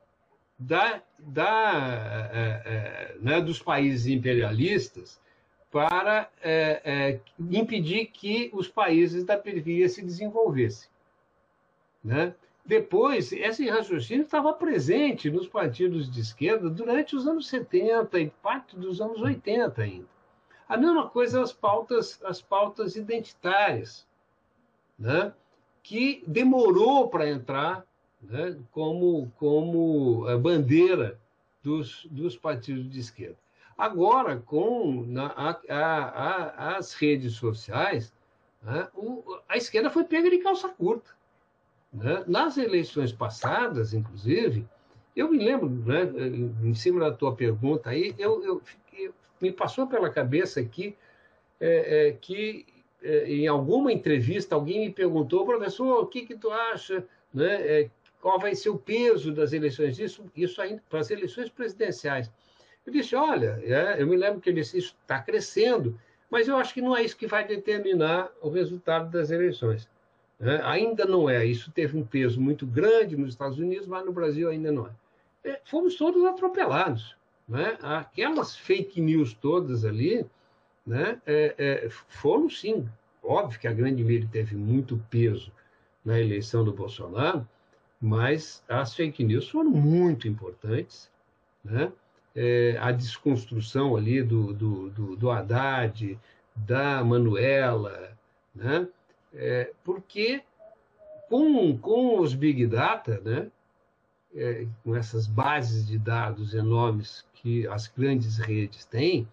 né, dos países imperialistas para impedir que os países da periferia se desenvolvessem. Né? Depois, esse raciocínio estava presente nos partidos de esquerda durante os anos 70 e parte dos anos 80 ainda. A mesma coisa as pautas identitárias, né? Que demorou para entrar, né, como bandeira dos partidos de esquerda. Agora, com as redes sociais, né, a esquerda foi pega de calça curta. Né? Nas eleições passadas, inclusive, eu me lembro, né, em cima da tua pergunta aí, me passou pela cabeça aqui que em alguma entrevista alguém me perguntou, professor, o que tu acha, né, qual vai ser o peso das eleições, isso ainda para as eleições presidenciais. Eu disse, olha, eu me lembro que ele disse, isso está crescendo, mas eu acho que não é isso que vai determinar o resultado das eleições. Ainda não é. Isso teve um peso muito grande nos Estados Unidos, mas no Brasil ainda não é. Fomos todos atropelados. Né? Aquelas fake news todas ali, né, foram, sim. Óbvio que a grande mídia teve muito peso na eleição do Bolsonaro, mas as fake news foram muito importantes. Né? A desconstrução ali do Haddad, da Manuela, né? Porque com os Big Data, né, com essas bases de dados enormes que as grandes redes têm,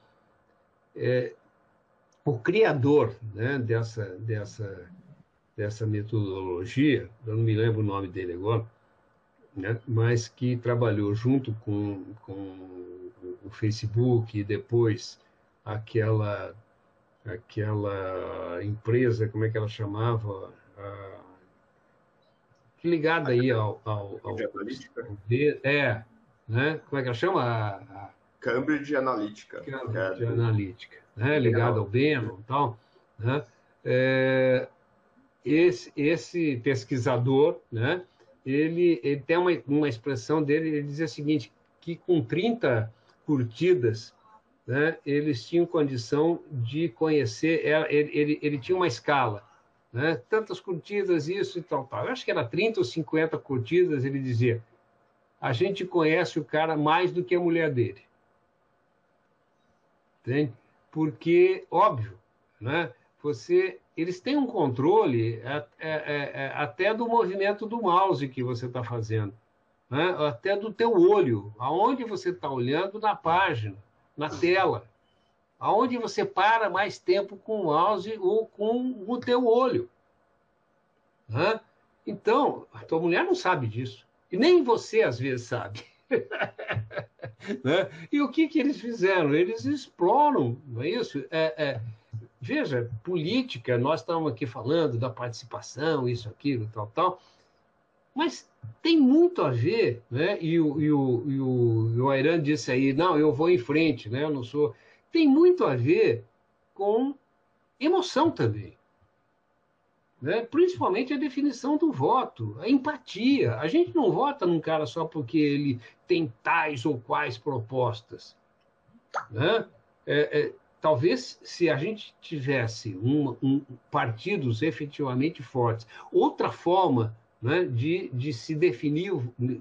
o criador, né, dessa metodologia, eu não me lembro o nome dele agora, né, mas que trabalhou junto com o Facebook e depois aquela empresa, como é que ela chamava? Ligada aí ao né? Como é que ela chama? Cambridge Analytica. Cambridge Analytica, né? Ligada ao Bannon e tal. Né? Esse pesquisador, né? Ele tem uma expressão dele, ele dizia o seguinte, que com 30 curtidas né, eles tinham condição de conhecer, ele tinha uma escala, né, tantas curtidas, isso e tal, tal. Eu acho que era 30 ou 50 curtidas, ele dizia, a gente conhece o cara mais do que a mulher dele. Entende? Porque, óbvio, né, eles têm um controle até do movimento do mouse que você está fazendo, né, até do teu olho, aonde você está olhando na página, na tela, aonde você para mais tempo com o mouse ou com o teu olho. Né? Então, a tua mulher não sabe disso. E nem você, às vezes, sabe. Né? E o que eles fizeram? Eles exploram, não é isso? Veja, política, nós estamos aqui falando da participação, isso, aquilo, tal, tal, mas tem muito a ver, né? E o Ayran disse aí, não, eu vou em frente, né? Eu não sou... Tem muito a ver com emoção também. Né? Principalmente a definição do voto, a empatia. A gente não vota num cara só porque ele tem tais ou quais propostas. Né? Talvez, se a gente tivesse partidos efetivamente fortes, outra forma, né, de se definir,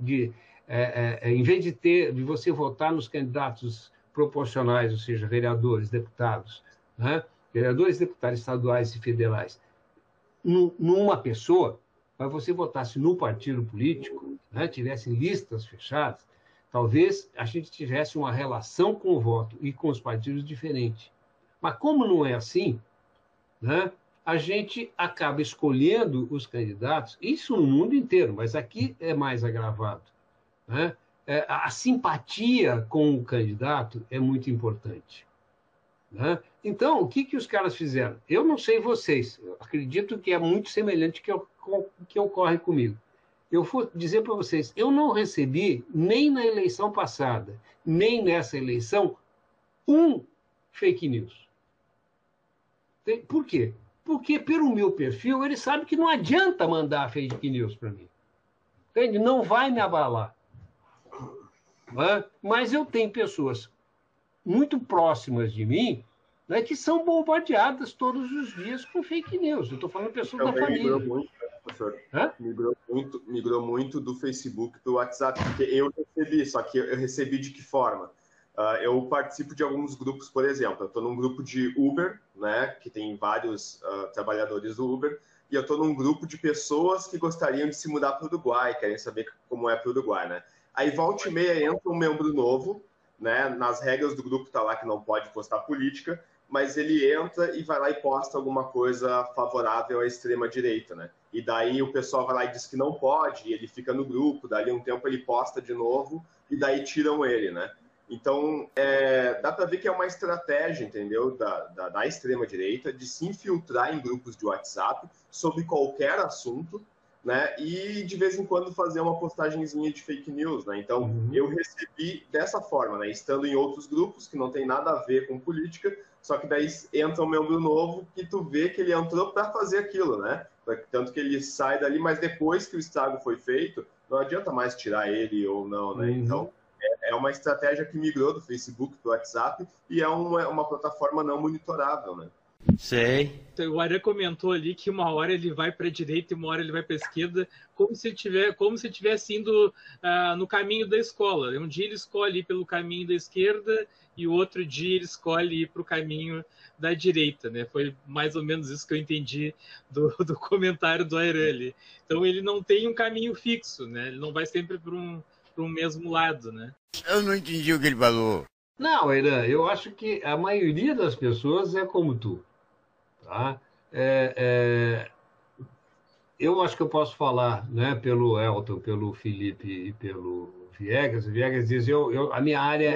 em vez de você votar nos candidatos proporcionais, ou seja, vereadores, deputados, né, vereadores, deputados estaduais e federais, numa pessoa, mas você votasse no partido político, né, tivesse listas fechadas, talvez a gente tivesse uma relação com o voto e com os partidos diferente. Mas como não é assim, né, a gente acaba escolhendo os candidatos, isso no mundo inteiro, mas aqui é mais agravado. Né? A simpatia com o candidato é muito importante. Né? Então, o que os caras fizeram? Eu não sei vocês, eu acredito que é muito semelhante que ocorre comigo. Eu vou dizer para vocês, eu não recebi, nem na eleição passada, nem nessa eleição, um fake news. Por quê? Porque, pelo meu perfil, ele sabe que não adianta mandar fake news para mim. Entende? Não vai me abalar. Mas eu tenho pessoas muito próximas de mim, né, que são bombardeadas todos os dias com fake news. Eu estou falando de pessoas da família. Migrou muito, professor. Migrou muito do Facebook para o WhatsApp, porque eu recebi, só que eu recebi de que forma? Eu participo de alguns grupos, por exemplo, eu estou num grupo de Uber, né, que tem vários trabalhadores do Uber, e eu estou num grupo de pessoas que gostariam de se mudar para o Uruguai, querem saber como é para o Uruguai, né? Aí, volta e meia, entra um membro novo, né? Nas regras do grupo está lá que não pode postar política, mas ele entra e vai lá e posta alguma coisa favorável à extrema-direita, né? E daí o pessoal vai lá e diz que não pode, e ele fica no grupo, dali um tempo ele posta de novo, e daí tiram ele, né? Então, dá para ver que é uma estratégia, entendeu, da extrema-direita de se infiltrar em grupos de WhatsApp sobre qualquer assunto, né, e de vez em quando fazer uma postagenzinha de fake news, né? Então, eu recebi dessa forma, né, estando em outros grupos que não tem nada a ver com política, só que daí entra um membro novo que tu vê que ele entrou para fazer aquilo, né? Tanto que ele sai dali, mas depois que o estrago foi feito, não adianta mais tirar ele ou não, né? Então, é uma estratégia que migrou do Facebook para o WhatsApp e é uma plataforma não monitorável, né? Sei. O Ayran comentou ali que uma hora ele vai para a direita e uma hora ele vai para a esquerda, como se estivesse indo no caminho da escola. Um dia ele escolhe ir pelo caminho da esquerda e o outro dia ele escolhe ir para o caminho da direita, né? Foi mais ou menos isso que eu entendi do comentário do Ayran ali. Então ele não tem um caminho fixo, né? Ele não vai sempre para um mesmo lado, né? Eu não entendi o que ele falou. Não, Ayran, eu acho que a maioria das pessoas é como tu. Tá? Eu acho que eu posso falar, né, pelo Elton, pelo Felipe e pelo Viegas. O Viegas diz, a minha área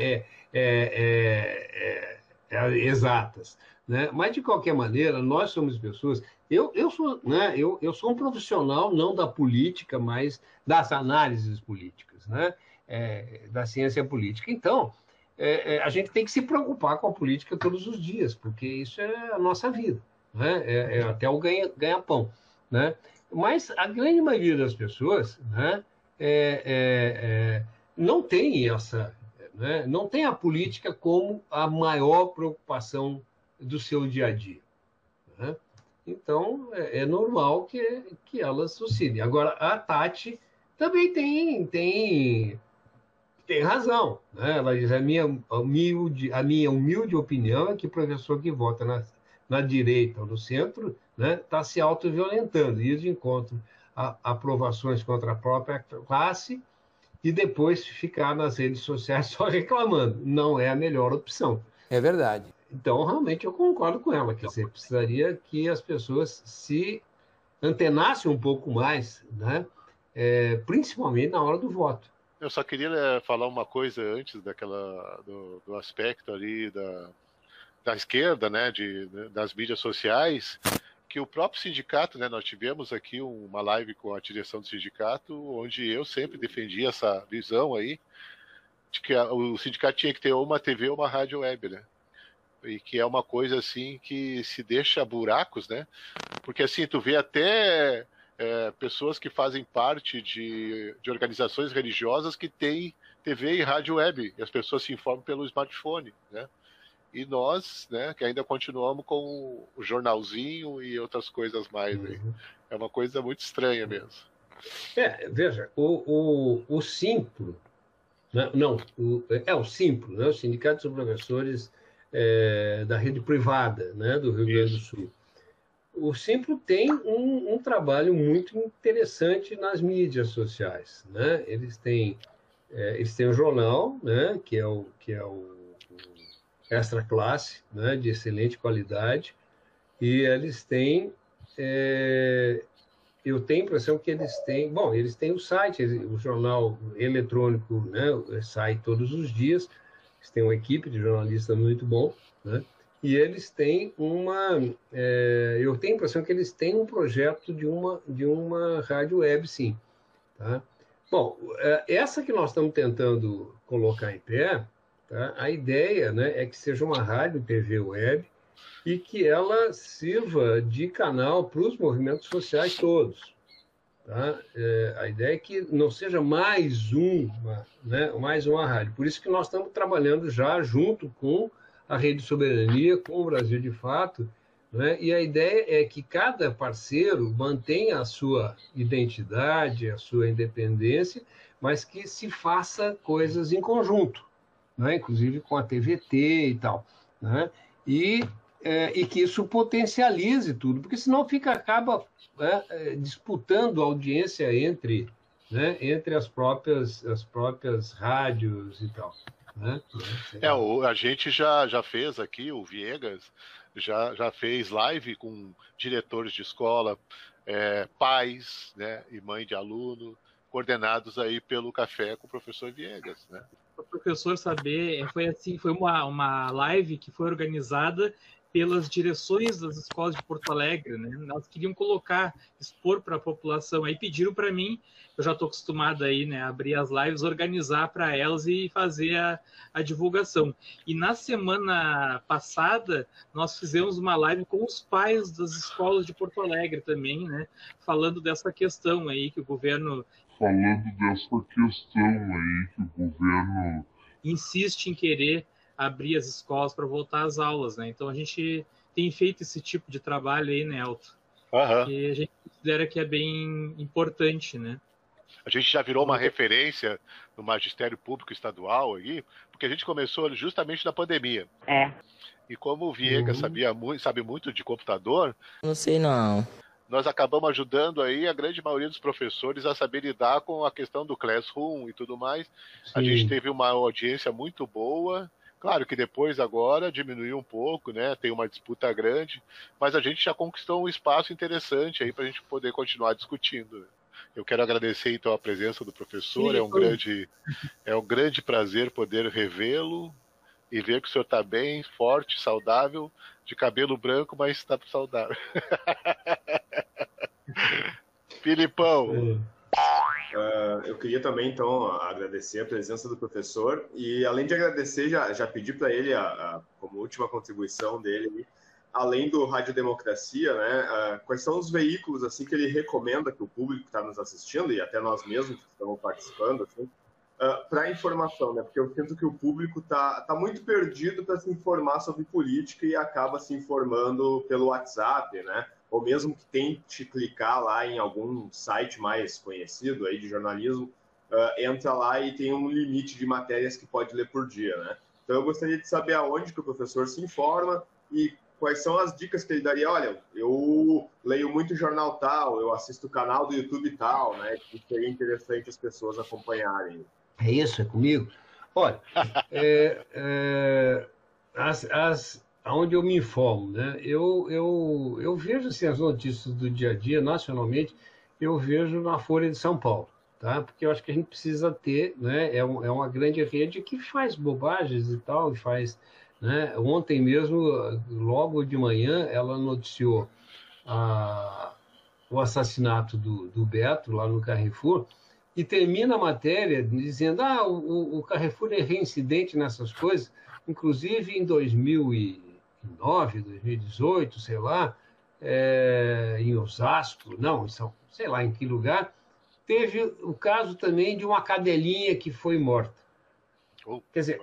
é exatas. Né? Mas, de qualquer maneira, nós somos pessoas... Eu sou um profissional, não da política, mas das análises políticas, né? Da ciência política. Então, a gente tem que se preocupar com a política todos os dias, porque isso é a nossa vida, né? Até o ganha-pão, né? Mas a grande maioria das pessoas, né, não tem essa... né, não tem a política como a maior preocupação do seu dia a dia, né? Então, é normal que elas oscilem. Agora, a Tati também tem razão, né? Ela diz, a minha humilde opinião é que o professor que vota na direita ou no centro, né, está se autoviolentando, ir de encontro a aprovações contra a própria classe e depois ficar nas redes sociais só reclamando. Não é a melhor opção. É verdade. Então, realmente, eu concordo com ela. Quer dizer, precisaria que as pessoas se antenassem um pouco mais, né? Principalmente na hora do voto. Eu só queria falar uma coisa antes do aspecto ali da esquerda, né, das mídias sociais, que o próprio sindicato, né, nós tivemos aqui uma live com a direção do sindicato, onde eu sempre defendi essa visão aí, de que o sindicato tinha que ter ou uma TV ou uma rádio web, né? E que é uma coisa assim que se deixa buracos, né? Porque assim, tu vê até pessoas que fazem parte de organizações religiosas que têm TV e rádio web, e as pessoas se informam pelo smartphone, né? E nós, né, que ainda continuamos com o jornalzinho e outras coisas mais aí. É uma coisa muito estranha mesmo. Veja, o Simpro, o Simpro, né, o Sindicato dos Professores da rede privada, né, do Rio Grande do Sul. O Simpro tem um trabalho muito interessante nas mídias sociais, né? Eles têm um jornal, né, que é o Extra Classe, né, de excelente qualidade, e eles têm, eu tenho a impressão que eles têm o site, o jornal eletrônico, né, sai todos os dias, eles têm uma equipe de jornalistas muito bom, né, e eles têm eu tenho a impressão que eles têm um projeto de uma rádio web, sim, tá? Bom, essa que nós estamos tentando colocar em pé, tá? A ideia, né, é que seja uma rádio TV web e que ela sirva de canal para os movimentos sociais todos. Tá? A ideia é que não seja mais uma rádio. Por isso que nós estamos trabalhando já junto com a Rede Soberania, com o Brasil de Fato, né? E a ideia é que cada parceiro mantenha a sua identidade, a sua independência, mas que se faça coisas em conjunto, né? Inclusive com a TVT e tal, né? E que isso potencialize tudo, porque senão acaba disputando audiência entre as próprias rádios e tal, né? A gente já fez aqui, o Viegas já fez live com diretores de escola, pais, né, e mãe de aluno, coordenados aí pelo Café com o professor Viegas, né? Para o professor saber, foi uma live que foi organizada pelas direções das escolas de Porto Alegre, né? Elas queriam expor para a população, aí pediram para mim, eu já estou acostumado aí, né, a abrir as lives, organizar para elas e fazer a divulgação. E na semana passada, nós fizemos uma live com os pais das escolas de Porto Alegre também, né, falando dessa questão aí que o governo insiste em querer abrir as escolas para voltar às aulas, né? Então a gente tem feito esse tipo de trabalho aí, né, Elton? Que a gente considera que é bem importante, né? A gente já virou uma referência no magistério público estadual aí, porque a gente começou justamente na pandemia. E como o Viegas sabe muito de computador, Não sei não. nós acabamos ajudando aí a grande maioria dos professores a saber lidar com a questão do Classroom e tudo mais. Sim. A gente teve uma audiência muito boa. Claro que depois agora diminuiu um pouco, né? Tem uma disputa grande, mas a gente já conquistou um espaço interessante aí para a gente poder continuar discutindo. Eu quero agradecer então a presença do professor. Sim, é um grande prazer poder revê-lo e ver que o senhor está bem, forte, saudável, de cabelo branco, mas está saudável. Filipão. Eu queria também, então, agradecer a presença do professor e, além de agradecer, já pedi para ele, como última contribuição dele, além do Rádio Democracia, né, quais são os veículos assim, que ele recomenda que o público que está nos assistindo, e até nós mesmos que estamos participando, assim, para informação, né? Porque eu sinto que o público tá muito perdido para se informar sobre política e acaba se informando pelo WhatsApp, né? Ou mesmo que tente clicar lá em algum site mais conhecido aí de jornalismo, entra lá e tem um limite de matérias que pode ler por dia, né? Então eu gostaria de saber aonde que o professor se informa e quais são as dicas que ele daria. Olha, eu leio muito jornal tal, eu assisto o canal do YouTube tal, né? Que seria interessante as pessoas acompanharem. É isso, é comigo? Olha, onde eu me informo, né? Eu vejo assim, as notícias do dia a dia, nacionalmente, eu vejo na Folha de São Paulo, tá? Porque eu acho que a gente precisa ter, né? É uma grande rede que faz bobagens e tal, e faz, né? Ontem mesmo, logo de manhã, ela noticiou o assassinato do Beto, lá no Carrefour, e termina a matéria dizendo o Carrefour é reincidente nessas coisas, inclusive em 2009, 2018, sei lá, em Osasco, não, sei lá em que lugar, teve o caso também de uma cadelinha que foi morta. Quer dizer,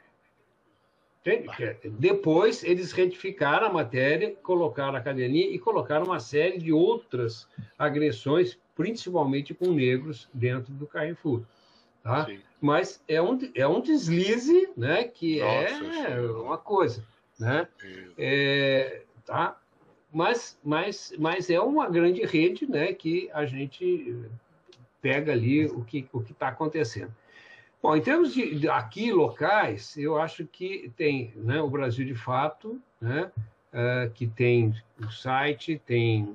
depois eles retificaram a matéria, colocaram a cadelinha e colocaram uma série de outras agressões, principalmente com negros, dentro do Carrefour. Tá? Mas é um deslize, né, que uma coisa. Né? Tá? Mas é uma grande rede, né, que a gente pega ali o que está acontecendo. Bom, em termos de aqui locais, eu acho que tem, né, o Brasil de Fato, né, que tem o site, tem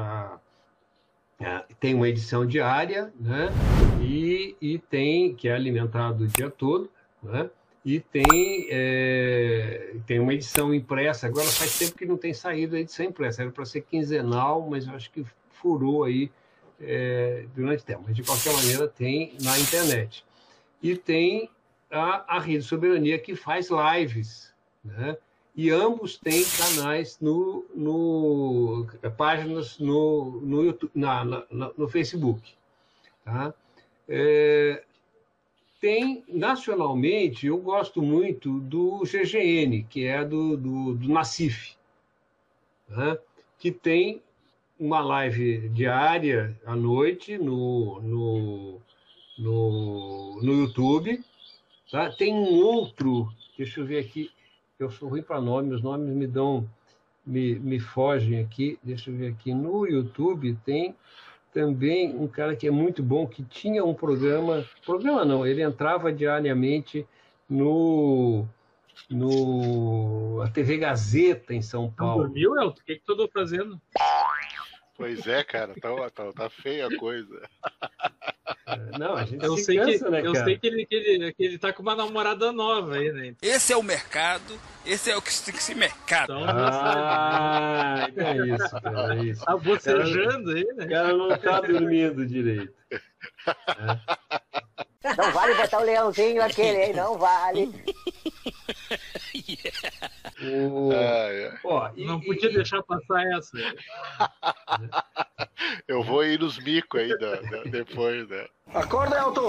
uma edição diária, né, e tem, que é alimentado o dia todo, né, e tem uma edição impressa. Agora faz tempo que não tem saído a edição impressa, era para ser quinzenal, mas eu acho que furou aí durante o tempo. Mas, de qualquer maneira, tem na internet. E tem a Rede Soberania, que faz lives, né? E ambos têm canais páginas no YouTube, no Facebook. Tá? Tem, nacionalmente, eu gosto muito do GGN, que é do Nassif, né? Que tem uma live diária à noite no YouTube, tá? Tem um outro, deixa eu ver aqui, eu sou ruim para nomes, os nomes me fogem aqui, deixa eu ver aqui, no YouTube tem também um cara que é muito bom, que tinha um programa não, ele entrava diariamente a TV Gazeta em São Paulo. Dormiu, Elton? O que tu andou fazendo? Pois é, cara, tá feia a coisa. Não, a gente eu se sei cansa, que, né, eu cara? sei que ele tá com uma namorada nova aí, né? Esse é o mercado, esse é o que tem que ser mercado. Então já sabe. É isso, cara, é isso. Tá bocejando aí, né? O cara não tá dormindo direito. Não vale botar o leãozinho aquele, hein? Não vale. Não podia deixar passar essa. Eu vou ir nos micos aí depois, né? Acorda, Elton!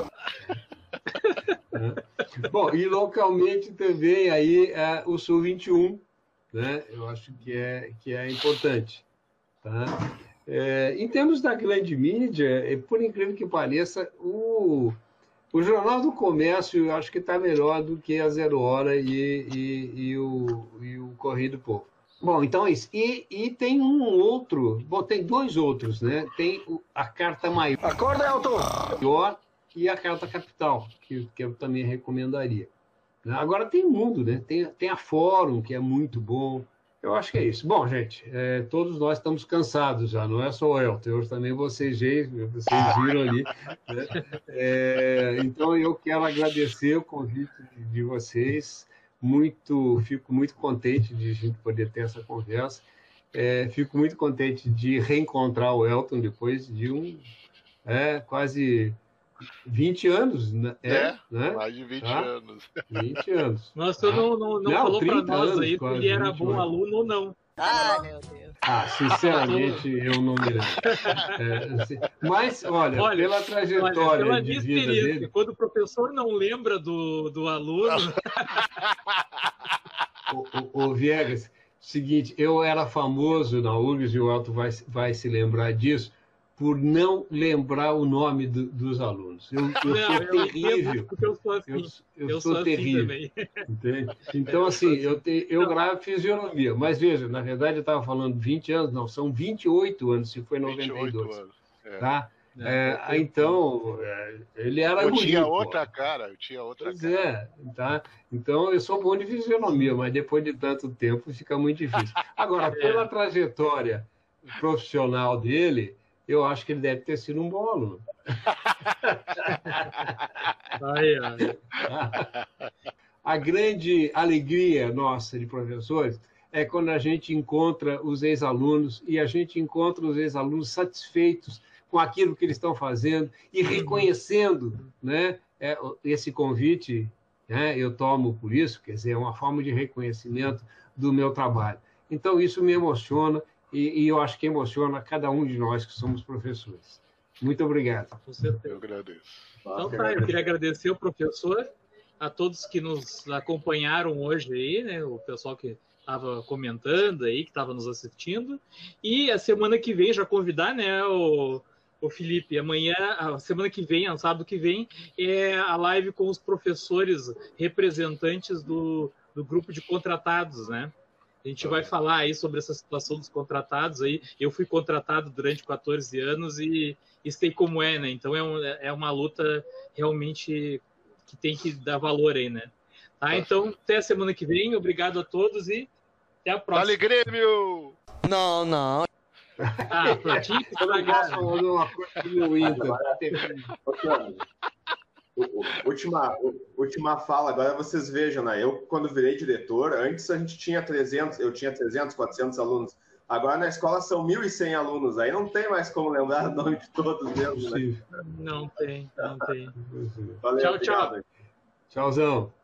Bom, e localmente também aí o Sul 21, né? Eu acho que é importante. Tá? Em termos da grande mídia, por incrível que pareça, o Jornal do Comércio eu acho que está melhor do que a Zero Hora e o Correio do Povo. Bom, então é isso. E tem um outro, tem dois outros, né? Tem a Carta Maior. Acorda, Elton! E a Carta Capital, que eu também recomendaria. Agora tem o Mundo, né? Tem a Fórum, que é muito bom. Eu acho que é isso. Bom, gente, todos nós estamos cansados já, não é só o Elton, eu também vocês viram ali. Né? Então, eu quero agradecer o convite de vocês. Fico muito contente de a gente poder ter essa conversa. Fico muito contente de reencontrar o Elton depois de quase 20 anos, né? Né? Mais de 20 anos. 20 anos. Nossa, tu não falou para nós anos, aí se ele era bom aluno ou não. Ai, meu Deus. Sinceramente, eu não me lembro. Mas, olha, pela trajetória pela de minha vida experiência, dele... quando o professor não lembra do aluno... Ô Viegas, seguinte, eu era famoso na URGS, e o Elton vai se lembrar disso, por não lembrar o nome dos alunos. Eu sou terrível. Porque eu sou assim. Eu sou terrível. Assim entende? Então, assim, eu gravo fisionomia. Mas veja, na verdade, eu estava falando 20 anos, não, são 28 anos, se foi 92. 28 anos. Tá? Então, ele era eu guri, tinha pô. outra cara, eu tinha outra Pois cara. Tá? Então, eu sou bom de fisionomia, mas depois de tanto tempo fica muito difícil. Agora, pela trajetória profissional dele, eu acho que ele deve ter sido um bom aluno. A grande alegria nossa de professores é quando a gente encontra os ex-alunos e a gente encontra os ex-alunos satisfeitos com aquilo que eles estão fazendo e reconhecendo, né, esse convite, né, eu tomo por isso, quer dizer, é uma forma de reconhecimento do meu trabalho. Então, isso me emociona e eu acho que emociona cada um de nós que somos professores. Muito obrigado. Com certeza. Eu agradeço. Então tá, eu queria agradecer ao professor, a todos que nos acompanharam hoje aí, né, o pessoal que estava comentando aí, que estava nos assistindo, e a semana que vem, já convidar, né, o Felipe, amanhã, a semana que vem, no sábado que vem, é a live com os professores representantes do grupo de contratados, né? A gente vai falar aí sobre essa situação dos contratados aí. Eu fui contratado durante 14 anos e sei como é, né? Então é uma luta realmente que tem que dar valor aí, né? Tá? Então, até a semana que vem. Obrigado a todos e até a próxima. Dale, Grêmio! Não. Prontinho? Eu não posso falar uma coisa do meu Inter. Última fala, agora vocês vejam, né? Eu, quando virei diretor, antes a gente tinha 300, eu tinha 300, 400 alunos. Agora na escola são 1.100 alunos, aí não tem mais como lembrar o nome de todos mesmo, né? Não tem. Valeu, tchau. obrigado. Tchauzão.